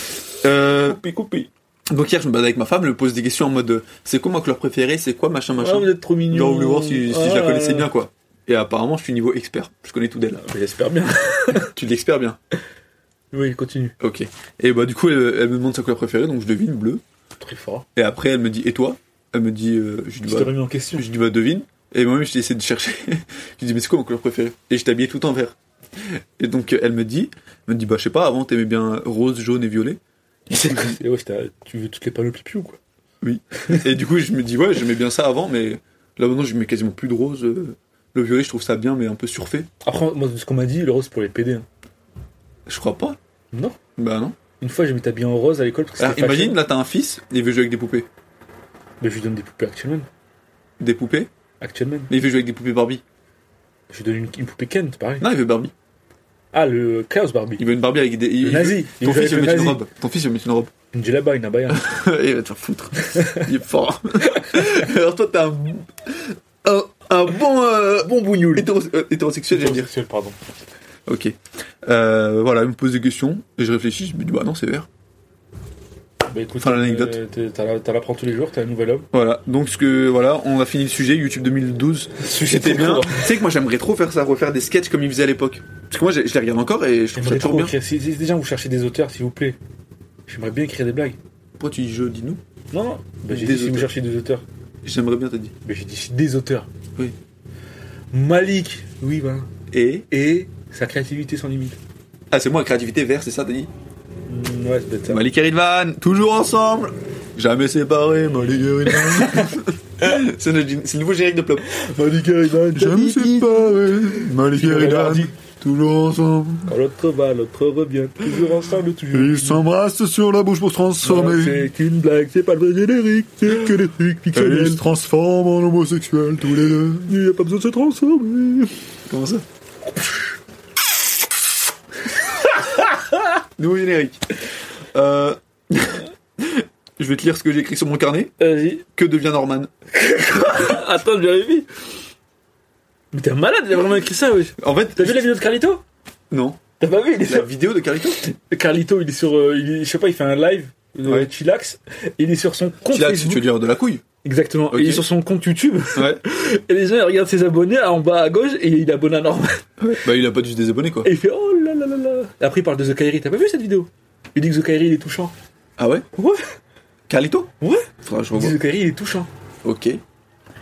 Coupé. Donc hier, je me balade avec ma femme, elle me pose des questions en mode c'est quoi ma couleur préférée, c'est quoi machin. Ah, vous êtes trop mignon. Genre, on voulait voir si je la connaissais bien, quoi. Et apparemment, je suis niveau expert, je connais tout d'elle. J'espère bien. Tu l'expert bien. Oui, continue. Ok. Et bah, du coup, elle me demande sa couleur préférée, donc je devine bleu. Très fort. Et après, elle me dit et toi? Elle me dit, je dis Je te remets en question. je dis bah, devine. Et moi-même, j'ai essayé de chercher. Je dis mais c'est quoi ma couleur préférée? Et je t'habillais tout en vert. Et donc, elle me dit, bah, je sais pas, avant, t'aimais bien rose, jaune et violet. Et ouais, tu veux toutes les panoplies ou quoi? Oui. Et du coup, je me dis, ouais, j'aimais bien ça avant, mais là maintenant, je mets quasiment plus de rose. Le violet, je trouve ça bien, mais un peu surfait. Après, moi, ce qu'on m'a dit, le rose c'est pour les PD. Hein. Je crois pas. Non. Bah non. Une fois, j'ai mis habillé en rose à l'école parce que Alors, c'était fashion. imagine, là, t'as un fils, il veut jouer avec des poupées. Mais je lui donne des poupées actuellement. Des poupées? Actuellement. Mais il veut jouer avec des poupées Barbie. Je lui donne une poupée Ken, c'est pareil. Non, il veut Barbie. Ah, le Chaos Barbie. Il veut une Barbie avec des. Le nazi. Il Ton veut fils veut avec mettre le une nazi. robe. Ton fils veut mettre une robe. Une djellaba, une abaya. Il va te faire foutre. Il est fort. Alors toi, t'as un bon bougnoul. Hétérosexuel, j'allais dire. Hétérosexuel, pardon. Ok. Voilà, il me pose des questions et je réfléchis. Je me dis bah non, c'est vert. Bah écoute, Enfin, l'anecdote. T'as l'apprends tous les jours, t'es un nouvel homme. Voilà. Donc voilà, on a fini le sujet. YouTube 2012. C'était bien. Tu sais que moi j'aimerais trop faire ça, refaire des sketchs comme ils faisaient à l'époque. Parce que moi je les regarde encore et je trouve ça J'aimerais toujours trop bien. écrire. Si déjà vous cherchez des auteurs, s'il vous plaît. J'aimerais bien écrire des blagues. Pourquoi tu dis je, dis-nous? Non. Bah, j'ai Des dit si vous auteurs. cherchez des auteurs. J'aimerais bien, t'as dit. Mais j'ai dit des auteurs. Oui. Malik, oui, bah. Et Et sa créativité sans limite. ah, c'est moi la créativité vert, c'est ça, t'as dit? Ouais, c'est peut-être ça. Malik et Ridvan, toujours ensemble, jamais séparés, Malik et Ridvan. C'est le nouveau générique de Plop. Malik et Ridvan, Jamais séparés, Malik et Ridvan, toujours ensemble. quand l'autre va, l'autre revient. Toujours ensemble, toujours. Ils s'embrassent sur la bouche pour se transformer. C'est qu'une blague, c'est pas le vrai générique, c'est que des trucs Et ils fictionnels. se transforment en homosexuels tous les deux. Il n'y a pas besoin de se transformer. Comment ça? Nouveau générique. Je vais te lire ce que j'ai écrit sur mon carnet. Vas-y. Que devient Norman? Attends, je vérifie. Mais t'es un malade, il a vraiment écrit ça, oui. En fait, T'as vu la vidéo de Carlito? non. T'as pas vu? Il est La sur... vidéo de Carlito? Carlito, il est sur. Je sais pas, il fait un live. Ouais. Chillax. Et il est sur son compte Tu Facebook. veux dire de la couille? Exactement. Ok. Il est sur son compte YouTube. Ouais. Et les gens, ils regardent ses abonnés en bas à gauche et il est abonné à Norman. Bah, il a pas dû se désabonner, quoi. Et il fait oh là là là là. Et après, il parle de The Kairi. T'as pas vu cette vidéo? Il dit que The Kairi, il est touchant. Ah ouais? Ouais. Carlito? Ouais. Faudra que je Il dit revoie. The Kairi, il est touchant. Ok.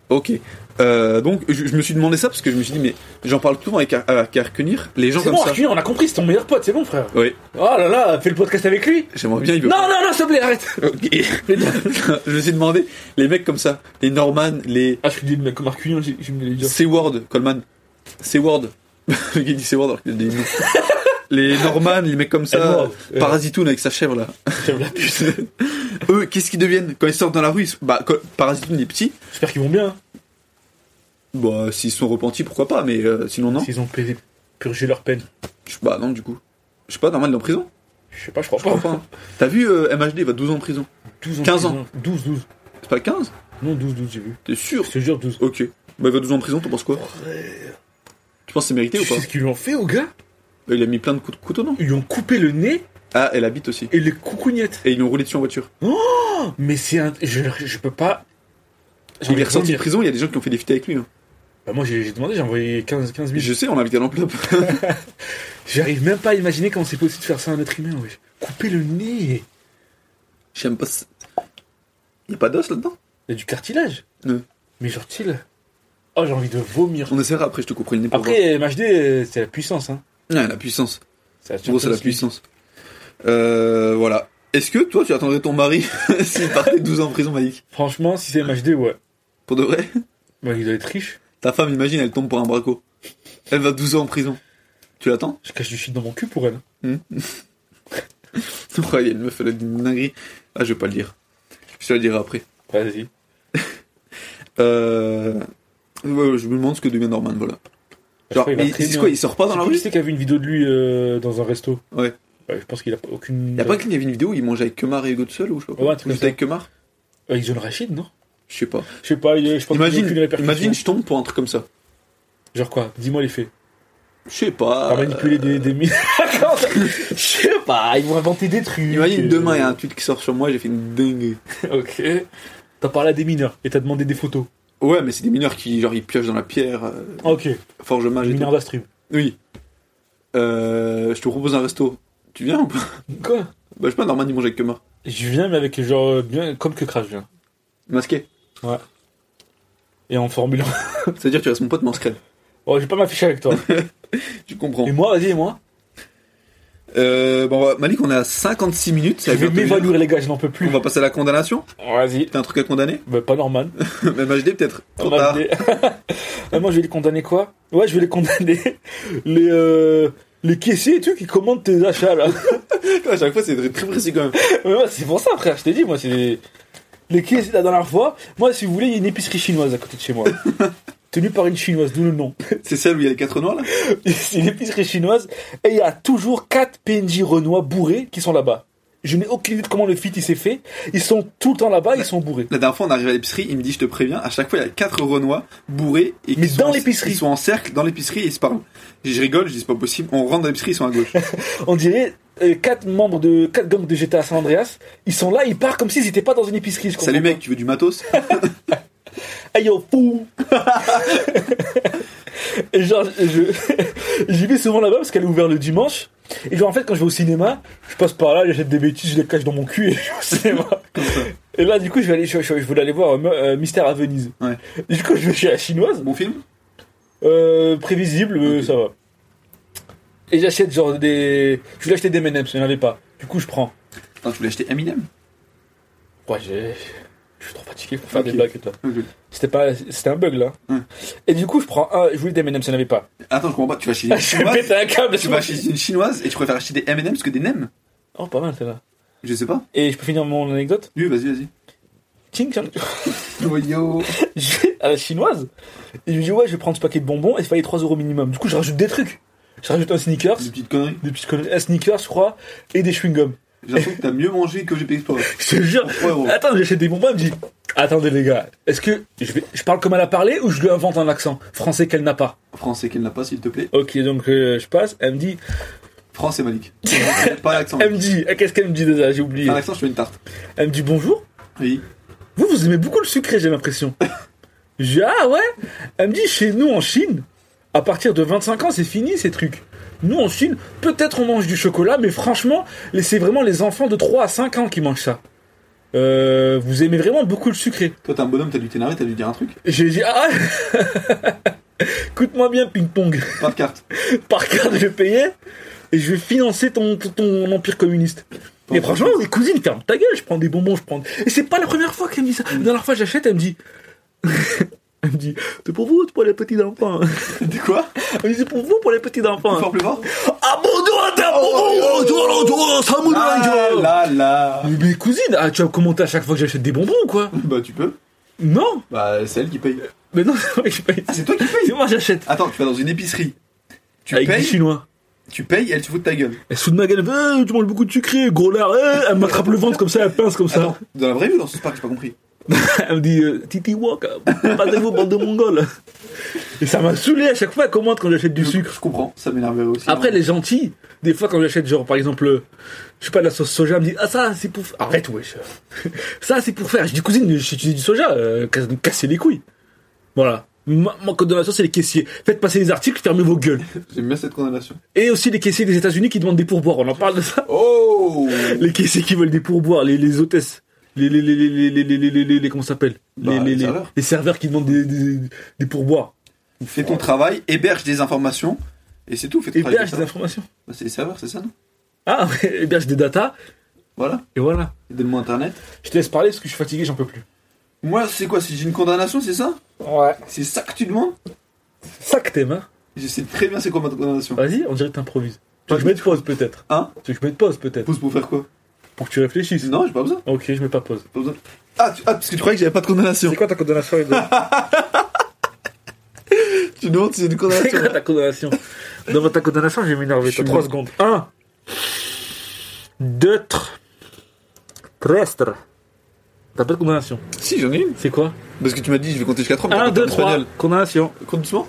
Ok. Donc, je me suis demandé ça parce que je me suis dit, mais j'en parle souvent avec Arkenir. Les gens C'est comme bon, ça. Arthur, on a compris, c'est ton meilleur pote, c'est bon, frère. Oui. Oh là là, fais le podcast avec lui. J'aimerais bien. Il veut Non, s'il te plaît, arrête. Ok. Je me suis demandé, les mecs comme ça, les Norman, les Ah, je suis dit, le mec comme Arthur, je me l'ai dit. Seward, Coleman, Seward. Le gars il dit Seward alors qu'il a des noms. Les Norman, les mecs comme ça, Edward, Parasitoon avec sa chèvre là. J'aime la puce. Eux, qu'est-ce qu'ils deviennent quand ils sortent dans la rue? Parasitoon est petit. J'espère qu'ils vont bien. Bah, s'ils sont repentis, pourquoi pas, mais sinon non. S'ils ont purgé leur peine. Bah non, du coup. Je sais pas, Norman il est en prison. Je sais pas, je crois Je crois pas. pas. Hein. T'as vu MHD, il va 12 ans en prison. 12 ans. 15 ans. 12. C'est pas 15? Non, 12, j'ai vu. T'es sûr? Je te jure, 12. Ok. Bah, il va 12 ans en prison, t'en penses quoi? Tu penses que c'est mérité Tu ou pas? sais ce qu'ils lui ont fait au gars? Bah, il a mis plein de couteaux, non? Ils lui ont coupé le nez Ah, et la bite aussi. et les coucougnettes. Et ils l'ont roulé dessus en voiture. Mais c'est un... Je peux pas... Il est ressorti de prison, il y a des gens qui ont fait des fites avec lui. Hein. Bah moi j'ai demandé, j'ai envoyé 15 000. Je sais, on l'a invité à l'enveloppe. J'arrive même pas à imaginer comment c'est possible de faire ça à un être humain, wesh. Couper le nez. J'aime pas. Y a pas d'os là-dedans? Il y a du cartilage. Ouais. Mais genre chill. Oh, j'ai envie de vomir. On essaiera après, je te couperai le nez pour Après, MHD, c'est la puissance, hein. voir. Ouais, la puissance. C'est En gros, c'est la puissance. Voilà. Est-ce que toi, tu attendrais ton mari s'il partait 12 ans en prison, Malik? Franchement, si c'est MHD, ouais. Pour de vrai? Bah, il doit être riche. Ta femme, imagine, elle tombe pour un braco. Elle va 12 ans en prison. Tu l'attends? Je cache du shit dans mon cul pour elle. Ouais, il y a une meuf, elle a dit une dinguerie. Ah, je vais pas le dire. Je te le dirai après. Vas-y. Ouais, je me demande ce que devient Norman, voilà. Je Genre, crois qu'il va mais très c'est bien. quoi, il sort pas dans la Tu rue? sais qu'il y avait une vidéo de lui dans un resto. Ouais. Ouais, je pense qu'il a aucune. Y a pas qu'il y avait une vidéo où il mangeait avec Kemar et Hugo tout seul ou je sais pas quoi. Ouais, un truc Ou comme c'était ça. avec Kemar? Avec John Rachid, non? Je sais pas. Je sais pas, je pense qu'il n'y a aucune répercussion. Imagine, je tombe pour un truc comme ça. Genre quoi? Dis-moi les faits. Je sais pas. Pas manipuler des mines. Je sais pas, ils vont inventer des trucs. Imagine demain, il y a un tweet qui sort sur moi, j'ai fait une dinguerie. Ok. T'as parlé à des mineurs et t'as demandé des photos. Ouais, mais c'est des mineurs qui, genre, ils piochent dans la pierre, Ok. forge mage et Mineurs tout. d'Astrub. Oui. Je te propose un resto. Tu viens ou pas? Quoi? Bah, je sais pas, Norman, il mange avec Kemar. Je viens, mais avec genre, bien, comme que Crash vient. Masqué. Ouais. Et en Formule 1. C'est-à-dire, tu restes mon pote, mais en secret. Oh, je vais pas m'afficher avec toi. Tu comprends. Et moi, vas-y, et moi? Bon, Malik, on est à 56 minutes. Je vais m'évanouir, les gars, je n'en peux plus. On va passer à la condamnation. Vas-y. T'as un truc à condamner? Bah, pas normal. Même HD, peut-être. Trop tard. Moi, je vais les condamner quoi? Ouais, je vais les condamner les caissiers et tout qui commandent tes achats, là. À chaque fois, c'est très précis quand même. Mais ouais, c'est pour ça, frère, je t'ai dit, moi, c'est les caissiers la dernière fois. Moi, si vous voulez, il y a une épicerie chinoise à côté de chez moi. Tenue par une chinoise, d'où le nom. C'est celle où il y a les 4 noirs, là? C'est une épicerie chinoise et il y a toujours 4 PNJ renois bourrés qui sont là-bas. Je n'ai aucune idée de comment le feat il s'est fait. Ils sont tout le temps là-bas, ils sont bourrés. La dernière fois, on arrive à l'épicerie, il me dit, je te préviens, à chaque fois, il y a 4 renois bourrés. Et Mais qui dans sont l'épicerie. Ils sont en cercle dans l'épicerie et ils se parlent. Je rigole, je dis, c'est pas possible. On rentre dans l'épicerie, ils sont à gauche. On dirait 4 membres de 4 gangs de GTA San Andreas. Ils sont là, ils partent comme s'ils n'étaient pas dans une épicerie. Je Salut comprends mec, tu veux du matos? Hey yo, fou. Et genre, j'y vais souvent là-bas parce qu'elle est ouverte le dimanche. Et genre, en fait, quand je vais au cinéma, je passe par là, j'achète des bêtises, je les cache dans mon cul et je vais au cinéma. Et là, du coup, je voulais aller voir Mystère à Venise. Ouais. Et du coup, je vais chez la chinoise. Bon film? Prévisible, Ok. ça va. Et j'achète genre des. Je voulais acheter des M&M's, il n'y en avait pas. Du coup, je prends. Attends, tu voulais acheter Eminem? Ouais, je suis trop fatigué pour faire Ok. des blagues et toi. Ok. C'était un bug là. Ouais. Et du coup, je prends un. Je voulais des M&M's, il n'y en avait pas. Attends, je comprends pas, tu vas chez une Je vais chinoise? péter un câble. Tu vas chez une chinoise et tu préfères acheter des M&M's que des nems? Oh, pas mal, celle-là. Je sais pas. Et je peux finir mon anecdote? Oui, vas-y. Ting, tiens. Oh yo. Je vais à la chinoise. Et je lui dis, ouais, je vais prendre ce paquet de bonbons. Et il fallait 3 € minimum. Du coup, je rajoute des trucs. Je rajoute un sneakers. Des petites conneries. Des petites conneries. Un sneakers, je crois. Et des chewing-gums. J'ai l'impression que t'as mieux mangé que GP Explorer. Je te jure. 3 euros. Attends, j'achète des bonbons. Elle me dit, attendez, les gars. Est-ce que je parle comme elle a parlé ou je lui invente un accent français qu'elle n'a pas? Français qu'elle n'a pas, s'il te plaît. Ok, donc je passe. Elle me dit, Français Malik. Pas l'accent. elle me dit, qu'est-ce qu'elle me dit déjà? J'ai oublié. Pas l'accent, je fais une tarte. Elle me dit bonjour. Oui. Vous aimez beaucoup le sucré, j'ai l'impression. Je dis, ah ouais? Elle me dit, chez nous en Chine, à partir de 25 ans, c'est fini ces trucs. Nous en Chine, peut-être on mange du chocolat, mais franchement, c'est vraiment les enfants de 3 à 5 ans qui mangent ça. vous aimez vraiment beaucoup le sucré. Toi, t'es un bonhomme, t'as dû t'énerver, t'as dû dire un truc. J'ai dit, ah écoute-moi bien, ping-pong. Pas de carte. Par carte, je payais et je vais financer ton empire communiste. Et franchement, les cousines, ferme ta gueule, je prends des bonbons, Et c'est pas la première fois qu'elle me dit ça. La dernière fois, j'achète, elle me dit... Elle me dit, c'est pour vous, c'est pour les petits enfants. De quoi? Elle me dit, c'est pour vous, pour les petits enfants. Plus fort. Ah bon, t'es un bonbon, ça me Ah là là. Mais cousine, tu vas commenter à chaque fois que j'achète des bonbons ou quoi? Bah, tu peux. Non. Bah, c'est elle qui paye. Mais non, c'est moi qui paye. Ah, c'est toi qui payes? C'est moi j'achète. Attends, tu vas dans une épicerie. Tu Avec des payes, chinois. tu payes, elle se fout de ta gueule. Elle se fout de ma gueule, elle fait, tu manges beaucoup de sucré, gros lard, elle m'attrape le ventre comme ça, elle pince comme ça. Attends, dans la vraie vie ou dans ce parc, j'ai pas compris. Elle me dit, Titi Walk, partez-vous, bande de mongols. Et ça m'a saoulé à chaque fois, elle commente quand j'achète du sucre. Je comprends, ça m'énerverait aussi. Après, elle est gentille. Des fois, quand j'achète, genre, par exemple, je sais pas, de la sauce soja, elle me dit, ah, ça, c'est pour... Arrête, wesh. Ça, c'est pour faire. Je dis, cousine, j'utilise du soja, cassez les couilles. Voilà. Moi, condamnation, c'est les caissiers. Faites passer les articles, fermez vos gueules. J'aime bien cette condamnation. Et aussi les caissiers des États-Unis qui demandent des pourboires. On en parle de ça. Oh. Les caissiers qui veulent des pourboires, les hôtesses. Les comment ça s'appelle? Les serveurs qui demandent des pourboires. Fais ton travail, héberge des informations, et c'est tout. Fais ton travail. Héberge des informations. Bah, c'est les serveurs, c'est ça, non? Ah, ouais, héberge des datas. Voilà. Et voilà. Donne-moi Internet. Je te laisse parler parce que je suis fatigué, j'en peux plus. Moi, c'est quoi? Si j'ai une condamnation, c'est ça? Ouais. C'est ça que tu demandes? Ça que t'aimes, hein? Je sais très bien c'est quoi ma condamnation. Vas-y, on dirait que t'improvises. Tu veux que je mette pause peut-être? Hein? Tu veux que je mette pause peut-être? Pause pour faire quoi? Pour que tu réfléchisses. Non, j'ai pas besoin. Ok, je mets pas pause. Pas besoin. Ah, parce que tu croyais que j'avais pas de condamnation. C'est quoi ta condamnation, Edo? Tu demandes si c'est une C'est condamnation. quoi ta condamnation? Dans ta condamnation, je vais m'énerver. T'as 3 secondes. 1, 2, 3. T'as pas de condamnation. Si, j'en ai une. C'est quoi? Parce que tu m'as dit, je vais compter jusqu'à 3. 1, 2, 3. Condamnation. Compte doucement.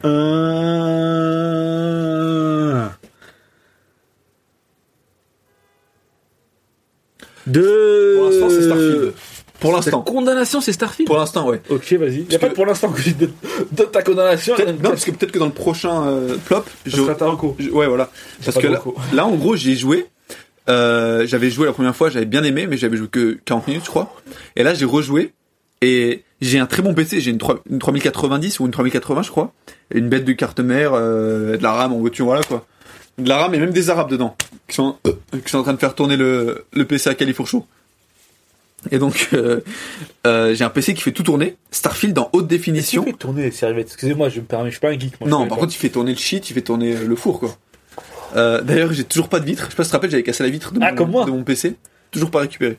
2. Pour l'instant, c'est Starfield. Pour l'instant. Ta condamnation, c'est Starfield? Pour l'instant, ouais. Ok, vas-y. Y'a pas que- pour l'instant que je donne ta condamnation. Non, parce que peut-être que dans le prochain plop, Ça sera ta reco. ouais, voilà. Parce pas que de là, reco. là, en gros, j'y ai joué. J'avais joué la première fois, j'avais bien aimé, mais j'avais joué que 40 minutes, je crois. Et là, j'ai rejoué. Et j'ai un très bon PC, j'ai une 3090 ou une 3080, je crois. Et une bête de carte mère, de la RAM en voiture, voilà quoi. De la RAM et même des arabes dedans, qui sont en train de faire tourner le PC à califourchon. Et donc, j'ai un PC qui fait tout tourner. Starfield en haute définition. Il fait tourner les serviettes. Excusez-moi, je me permets, je suis pas un geek. Moi, Non, par contre, il fait tourner le shit, il fait tourner le four, quoi. D'ailleurs, j'ai toujours pas de vitre. Je sais pas si tu te rappelles, j'avais cassé la vitre comme moi. de mon PC. Toujours pas récupéré.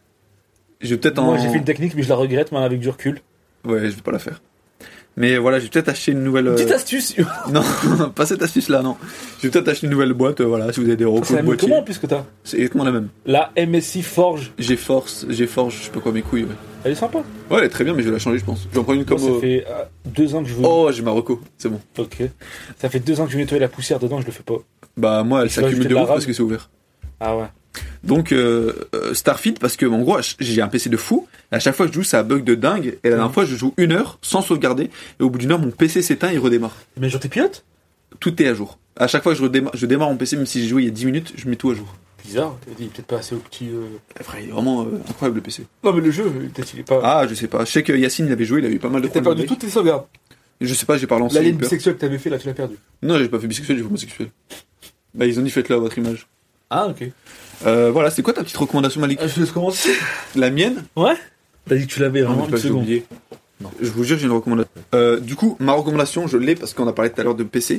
Je vais peut-être Moi, j'ai fait une technique, mais je la regrette, mais avec du recul. Ouais, je vais pas la faire. Mais voilà, j'ai peut-être acheté une nouvelle... Petite astuce. Non, pas cette astuce-là, non. Je vais peut-être acheter une nouvelle boîte, voilà, si vous avez des recos C'est de la même boîtier. comment en plus que t'as? C'est exactement la même. La MSI Forge. J'ai Forge, je sais pas quoi, mes couilles, ouais. Elle est sympa. Ouais, elle est très bien, mais je vais la changer, je pense. Je vais en prendre une Moi, comme... ça fait 2 ans que je veux. Oh, j'ai ma reco, c'est bon. Ok. Ça fait 2 ans que je veux nettoyer la poussière dedans, je le fais pas. Bah, moi, elle Tu vas s'accumule ajouter de de la ouf RAM parce que c'est ouvert. Ah ouais. Donc Starfield, parce que en gros j'ai un PC de fou, et à chaque fois que je joue ça bug de dingue, et la dernière fois je joue 1 heure sans sauvegarder, et au bout d'une heure mon PC s'éteint et il redémarre. Mais genre tes pilotes? Tout est à jour. À chaque fois que je démarre mon PC, même si j'ai joué il y a 10 minutes, je mets tout à jour. Bizarre, t'as dit peut-être pas assez au petit. Frère, il est vraiment incroyable le PC. Non mais le jeu, peut-être il est pas. Ah, je sais pas. Je sais que Yacine il avait joué, il a eu pas mal de T'as problèmes. perdu toutes tes sauvegardes. Je sais pas, j'ai pas relancé. La j'ai ligne peur. bisexuelle que t'avais fait là, tu l'as perdu. Non, j'ai pas fait bisexuel, j'ai fait homosexuel. Bah ils ont dit faites-le à votre image. Ah ok. Voilà, c'est quoi ta petite recommandation Malik? Je te laisse commencer. La mienne? Ouais. T'as dit que tu l'avais Non, vraiment mais une j'ai seconde. oublié. Non. Je vous jure, j'ai une recommandation. Du coup, ma recommandation, je l'ai parce qu'on a parlé tout à l'heure de PC.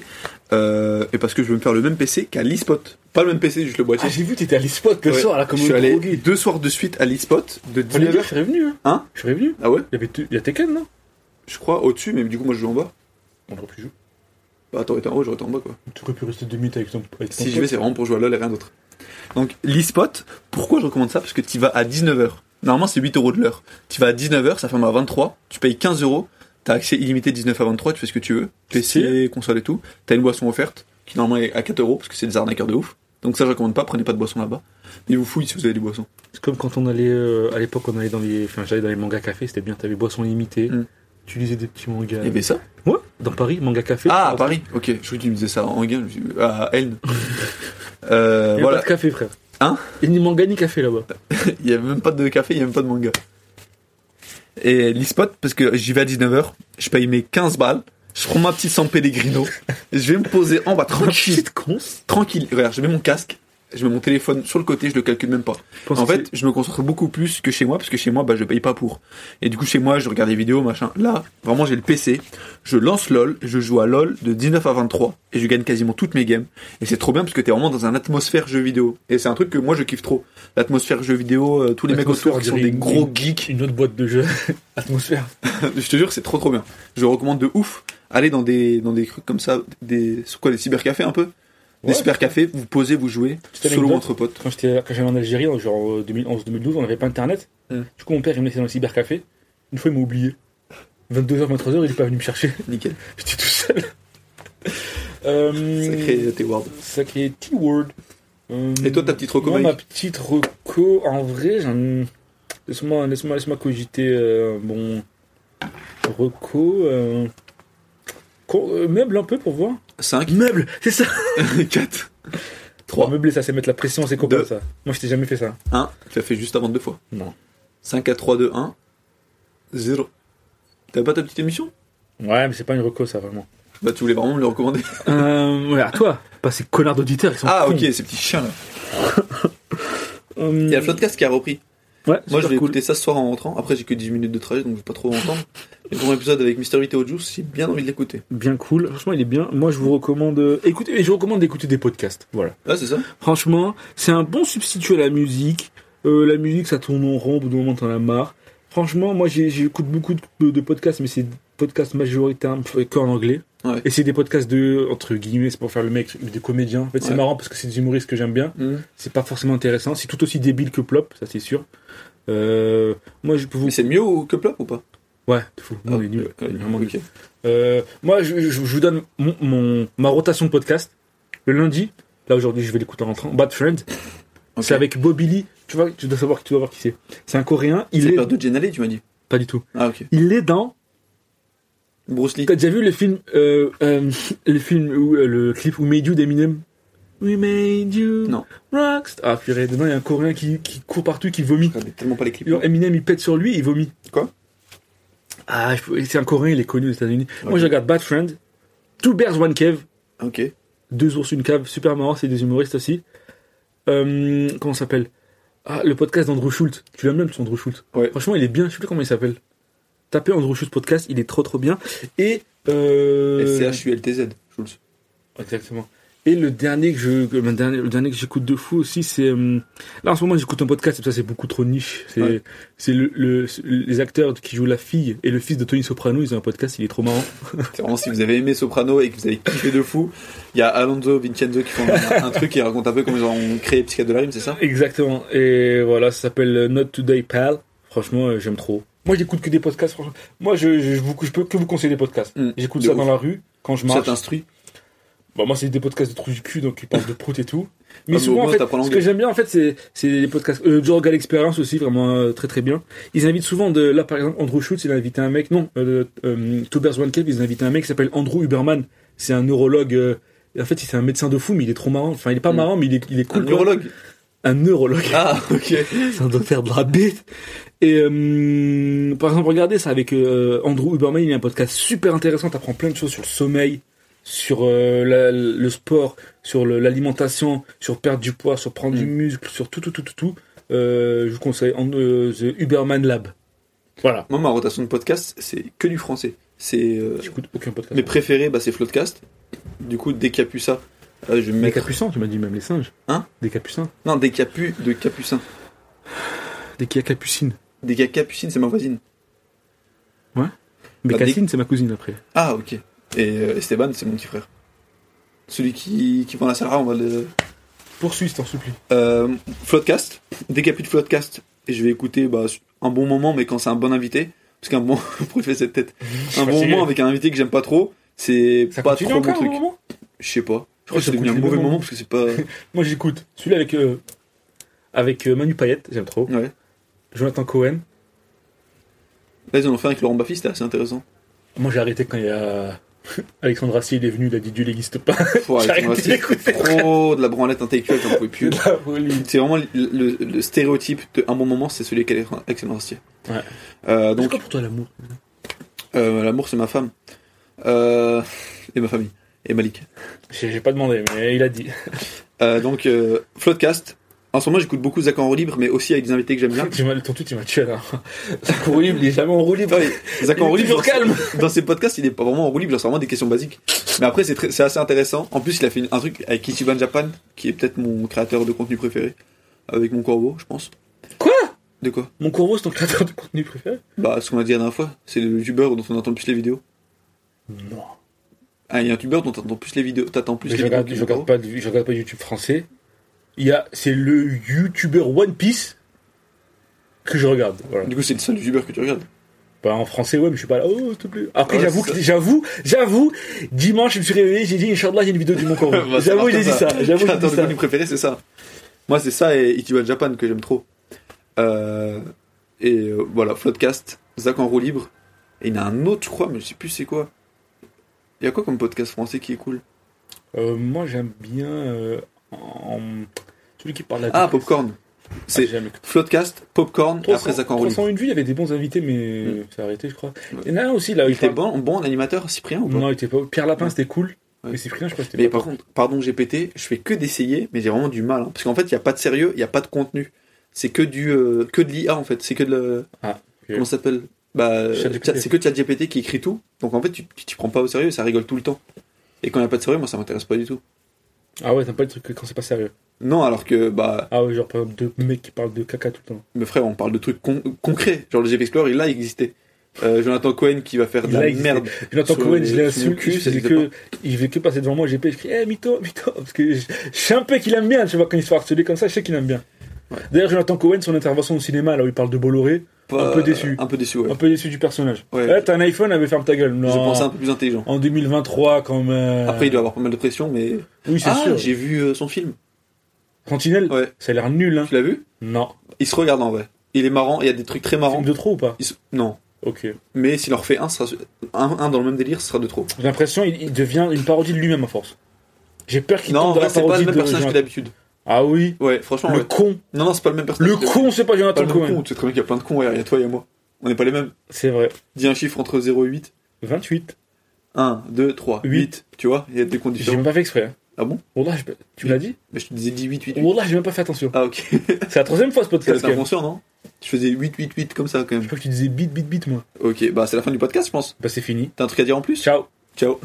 Et parce que je veux me faire le même PC qu'à l'eSpot. Pas le même PC, juste le boîtier. Ah j'ai vu t'étais à l'e-spot le Ouais. soir là comme je suis un allé drogué. 2 soirs de suite à l'eSpot de Les gars, 19h. je serais venu. Hein? Je serais venu. Ah ouais? Il y a Tekken non? Je crois au-dessus, mais du coup, moi je joue en bas. On aurait pu jouer. Bah, t'aurais été en haut, j'aurais été en bas quoi. Tu aurais pu rester 2 minutes avec ton Si j'y vais, c'est vraiment pour jouer à LoL et rien d'autre. Donc, l'eSpot, pourquoi je recommande ça? Parce que tu vas à 19h. Normalement, c'est 8€ de l'heure. Tu vas à 19h, ça ferme à 23. Tu payes 15€. T'as accès illimité 19 à 23, tu fais ce que tu veux. PC, console et tout. T'as une boisson offerte, qui normalement est à 4€ parce que c'est des arnaqueurs de ouf. Donc ça, je recommande pas, prenez pas de boisson là-bas. Ils vous fouillent si vous avez des boissons. C'est comme quand on allait à l'époque, on allait dans les, enfin j'allais dans les mangas cafés, c'était bien. T'avais boisson limitée. Tu lisais des petits mangas. Il y avait ça? Ouais. Dans Paris, manga café. Ah, à Paris, ok. Je crois que tu me disais ça en gain, à Elne. Il y a Voilà. pas de café frère. Hein? Il n'y a ni manga ni café là-bas. Il y a même pas de café, il y a même pas de manga. Et l'e-spot, parce que j'y vais à 19h, je paye mes 15 balles, je prends ma petite San Pellegrino, je vais me poser en bas tranquille. Petite con. Tranquille, regarde, je mets mon casque, je mets mon téléphone sur le côté, je le calcule même pas. En fait, je me concentre beaucoup plus que chez moi, parce que chez moi, bah, je paye pas pour. Et du coup, chez moi, je regarde des vidéos, machin. Là, vraiment, j'ai le PC, je lance LOL, je joue à LOL de 19 à 23, et je gagne quasiment toutes mes games. Et c'est trop bien, parce que t'es vraiment dans une atmosphère jeu vidéo. Et c'est un truc que moi, je kiffe trop. L'atmosphère jeu vidéo, tous les mecs autour qui sont des gros geeks. Une autre boîte de jeu. Atmosphère. Je te jure, c'est trop bien. Je recommande de ouf. Aller dans des trucs comme ça, des cybercafés un peu. Des cybercafés, vous posez, vous jouez, solo entre potes. Quand j'allais en Algérie, en genre 2011-2012, on n'avait pas internet. Du coup, mon père, il me laissait dans le cybercafé. Une fois, il m'a oublié. 22h, 23h, il est pas venu me chercher. Nickel. J'étais tout seul. Sacré T-word. Sacré T-word. Et toi, ta petite reco, moi, Mike? ma petite reco, en vrai, laisse-moi cogiter bon reco. Meuble un peu pour voir. 5. Meuble, c'est ça. 4. 3. 3. Meubler, ça c'est mettre la pression, c'est copains, 2. ça. Moi, je t'ai jamais fait ça. 1. Tu l'as fait juste avant 2 fois. Non. 5, 4, 3, 2, 1. 0. T'avais pas ta petite émission? Ouais, mais c'est pas une reco, ça, vraiment. Bah, tu voulais vraiment me le recommander? Ouais, à toi. Pas ces connards d'auditeurs, ils sont Ah, cons. ok, ces petits chiens là. Il y a le podcast qui a repris. Ouais, Moi, je vais cool. écouter ça ce soir en rentrant. Après, j'ai que 10 minutes de trajet, donc je vais pas trop entendre. Et pour l'épisode avec Mystery Theo Juice, j'ai bien envie de l'écouter. Bien cool. Franchement, il est bien. Moi, je vous recommande. Écoutez, je vous recommande d'écouter des podcasts. Voilà. Ah, c'est ça? Franchement, c'est un bon substitut à la musique. La musique, ça tourne en rond, au bout d'un moment, t'en as marre. Franchement, moi, j'écoute beaucoup de podcasts, mais c'est des podcasts majoritairement qu'en anglais. Ouais. Et c'est des podcasts entre guillemets, c'est pour faire le mec, des comédiens. En fait, c'est marrant parce que c'est des humoristes que j'aime bien. C'est pas forcément intéressant. C'est tout aussi débile que Plop, ça c'est sûr. Moi, je peux vous. Mais c'est mieux que Plop ou pas? Ouais, c'est fou. Non, il est nul. Vraiment nul. Okay. Moi, je vous donne ma rotation de podcast. Le lundi, là aujourd'hui, je vais l'écouter en rentrant. Bad Friend. Okay. C'est avec Bobby Lee. Tu dois voir qui c'est. C'est un Coréen. C'est le père de Jen Alley, tu m'as dit? Pas du tout. Ah, ok. Il est dans Bruce Lee. T'as déjà vu le film où le clip We Made You d'Eminem? We Made You. Non. Rockstar. Ah purée, dedans il y a un Coréen qui court partout, qui vomit. Je regarde tellement pas les clips. Genre, Eminem il pète sur lui, il vomit. Quoi? Ah, c'est un Coréen, il est connu aux États-Unis. Okay. Moi je regarde Bad Friend, Two Bears One Cave. Ok. 2 ours une cave, super marrant, c'est des humoristes aussi. Comment ça s'appelle? Ah, le podcast d'Andrew Schultz. Tu l'aimes même, son Andrew Schultz? Ouais. Franchement, il est bien. Je sais plus comment il s'appelle. Tapez Andrew Schultz podcast, il est trop bien. Et SCHULTZ, Schultz. Exactement. Et le dernier que j'écoute de fou aussi, c'est là en ce moment j'écoute un podcast, ça c'est beaucoup trop niche. C'est les acteurs qui jouent la fille et le fils de Tony Soprano, ils ont un podcast, il est trop marrant. C'est vraiment, si vous avez aimé Soprano et que vous avez kiffé de fou, il y a Alonso, Vincenzo qui font un truc qui raconte un peu comment ils ont créé Psychiatre de la Rime, c'est ça? Exactement. Et voilà, ça s'appelle Not Today Pal. Franchement, j'aime trop. Moi, j'écoute que des podcasts. Franchement. Moi, je peux que vous conseiller des podcasts. J'écoute ça dans la rue quand je marche. Ça t'instruit? Bon, moi, c'est des podcasts de trous du cul, donc ils parlent de prout et tout. Mais souvent, en fait, ce que j'aime bien, en fait, c'est des podcasts. Joe Rogan Experience aussi, vraiment très bien. Ils invitent souvent là, par exemple, Andrew Schultz, il a invité un mec, Two Bears One Cave, ils ont invité un mec qui s'appelle Andrew Huberman. C'est un neurologue. En fait, c'est un médecin de fou, mais il est trop marrant. Enfin, il est pas marrant, mais il est cool. Un neurologue? Un neurologue. Ah, ok. Ça doit faire de la bête. Et par exemple, regardez ça avec Andrew Huberman, il a un podcast super intéressant, t'apprends plein de choses sur le sommeil, sur le sport, sur l'alimentation, sur perdre du poids, sur prendre du muscle, sur tout. Je vous conseille The Huberman Lab. Voilà. Moi, ma rotation de podcast, c'est que du français. J'écoute aucun podcast. Mes préférés, c'est Floodcast. Du coup, dès qu'il y a plus ça, je vais me mettre... Des capucins, tu m'as dit, même les singes. Hein? Des capucins. Non, des capus de capucins. Des capucines. Des capucines, c'est ma voisine. Ouais. Mais Cassine, c'est ma cousine après. Ah, ok. Et Esteban, c'est mon petit frère. Celui qui vend la Sarah, on va le... Poursuis, je t'en supplie. Floodcast. Dès qu'il n'y a plus de Floodcast, et je vais écouter un bon moment, mais quand c'est un bon invité, parce qu'un bon... Pourquoi il fait cette tête? Un bon moment avec un invité que j'aime pas trop, c'est ça pas trop mon truc. Je sais pas. Je crois que c'est devenu un mauvais moment parce que c'est pas... Moi j'écoute celui-là avec Manu Payette, j'aime trop. Ouais. Jonathan Cohen. Là ils en ont fait un avec Laurent Baffy, c'était assez intéressant. Moi j'ai arrêté quand il y a Alexandre Astier, il est venu, il a dit Dieu n'existe pas. Faut J'ai arrêter, arrêté c'est d'écouter. trop de la branlette intellectuelle, j'en pouvais plus. De la folie. C'est vraiment le stéréotype d'un bon moment, c'est celui qu'Alexandre Astier. Ouais. Donc, C'est quoi pour toi l'amour? l'amour, c'est ma femme. Et ma famille. Et Malik. J'ai pas demandé, mais il a dit. Donc, Floodcast. En ce moment, j'écoute beaucoup Zach en roue libre, mais aussi avec des invités que j'aime bien. Ton tweet, il m'a tué là. Zach en roue libre, il est jamais en roue libre. Ouais, Zach en roue libre, toujours calme. dans ses podcasts, il est pas vraiment en roue libre, genre c'est vraiment des questions basiques. Mais après, c'est assez intéressant. En plus, il a fait un truc avec Ichiban Japan, qui est peut-être mon créateur de contenu préféré. Avec mon corbeau, je pense. Quoi? De quoi? Mon corbeau, c'est ton créateur de contenu préféré? Bah, ce qu'on a dit la dernière fois. C'est le youtubeur dont on entend plus les vidéos. Non. Ah, il y a un youtubeur dont t'entends plus les vidéos. T'attends plus Mais les je vidéos. regarde pas YouTube français. C'est le youtubeur One Piece que je regarde. Voilà. Du coup, c'est le seul youtubeur que tu regardes. Bah, en français, ouais, mais je suis pas là. Oh, s'il te plaît. Après, Ouais, j'avoue, dimanche, je me suis réveillé, j'ai dit, Inch'Allah, il y a une vidéo du Mon Corbeau. Bah, ça J'avoue, marche j'ai dit comme ça. J'avoue, j'ai Créateur dit de ça. contenu préféré, c'est ça. Moi, c'est ça et Ichiban Japan que j'aime trop. Voilà, Floodcast, Zach en roue libre. Et il y en a un autre, je crois, mais je sais plus c'est quoi. Il y a quoi comme podcast français qui est cool? Moi, j'aime bien celui qui parle là. Ah, Popcorn. C'est j'aime. Floodcast, Popcorn, et après Zach en roue libre. 301 vues, il y avait des bons invités, mais ça a arrêté, je crois. Il y en a un aussi, là. Il était bon animateur, Cyprien ou pas? Non, il était pas. Pierre Lapin, Ouais. c'était cool. Ouais. Mais Cyprien, je crois que c'était Mais pas. par contre, pardon GPT, je fais que d'essayer, mais j'ai vraiment du mal. Hein. Parce qu'en fait, il n'y a pas de sérieux, il n'y a pas de contenu. C'est que que de l'IA en fait. C'est que de le. Ah, ok. Comment ça s'appelle? Bah, ChatGPT. c'est que ChatGPT qui écrit tout. Donc en fait, tu t'y prends pas au sérieux, ça rigole tout le temps. Et quand il n'y a pas de sérieux, moi ça m'intéresse pas du tout. Ah ouais, t'aimes pas les trucs quand c'est pas sérieux. Non, alors que, bah, Ah ouais, genre par exemple deux mecs qui parlent de caca tout le temps. mes frères, on parle de trucs concrets. Genre le GV Explorer, il a existé. Jonathan Cohen qui va faire de Il a la existé. merde. Jonathan Sur Cohen, les- je l'ai sur mon insulté. cul, ça existe Il fait que passer devant moi, j'ai je crie, mytho. Parce que je sais un peu qu'il aime bien, tu vois, quand il se fait harceler comme ça, je sais qu'il aime bien. Ouais. D'ailleurs, Jonathan Cohen, son intervention au cinéma, là où il parle de Bolloré, Pas- un peu déçu. Un peu déçu, ouais. Un peu déçu du personnage. Ouais. Là, t'as un iPhone, elle avait ferme ta gueule. Je Non. pense un peu plus intelligent. En 2023, quand même. Après, il doit avoir pas mal de pression, mais. Oui, c'est Ah, sûr. j'ai vu son film. Sentinelle, Ouais. ça a l'air nul, hein. Tu l'as vu? Non. Il se regarde en vrai. Il est marrant, il y a des trucs très marrants. Film de trop ou pas? Non. Ok. Mais s'il en refait un, ce sera un dans le même délire, ce sera de trop. J'ai l'impression il devient une parodie de lui-même à force. J'ai peur qu'il Non, en tombe dans vrai, la c'est pas parodie le même de personnage que Jonathan. d'habitude. Ah oui. Ouais, franchement, Le ouais. con. Non, c'est pas le même personnage. Le que con, c'est pas Pas Jonathan le même Cohen. con. Tu sais très bien qu'il y a plein de cons, il y a toi et moi. On n'est pas les mêmes. C'est vrai. Dis un chiffre entre 0 et 8. 28. 1, 2, 3, 8. Tu vois, il y a des comptes J'ai différents. même pas fait exprès. Hein. Ah bon? Wallah, tu me l'as dit? Mais je te disais 10, 8, 8, 8. Wallah, j'ai même pas fait attention. Ah, ok. C'est la troisième fois ce Ça podcast. doit être inconscient, non? Je faisais 8, 8, 8 comme ça quand Je même. crois que tu disais bit, moi. Ok, bah c'est la fin du podcast, je pense. Bah c'est fini. T'as un truc à dire en plus? Ciao. Ciao.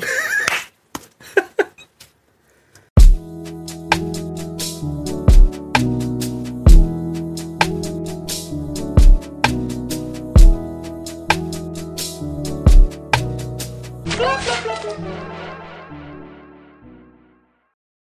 Blah, blah, blah, blah.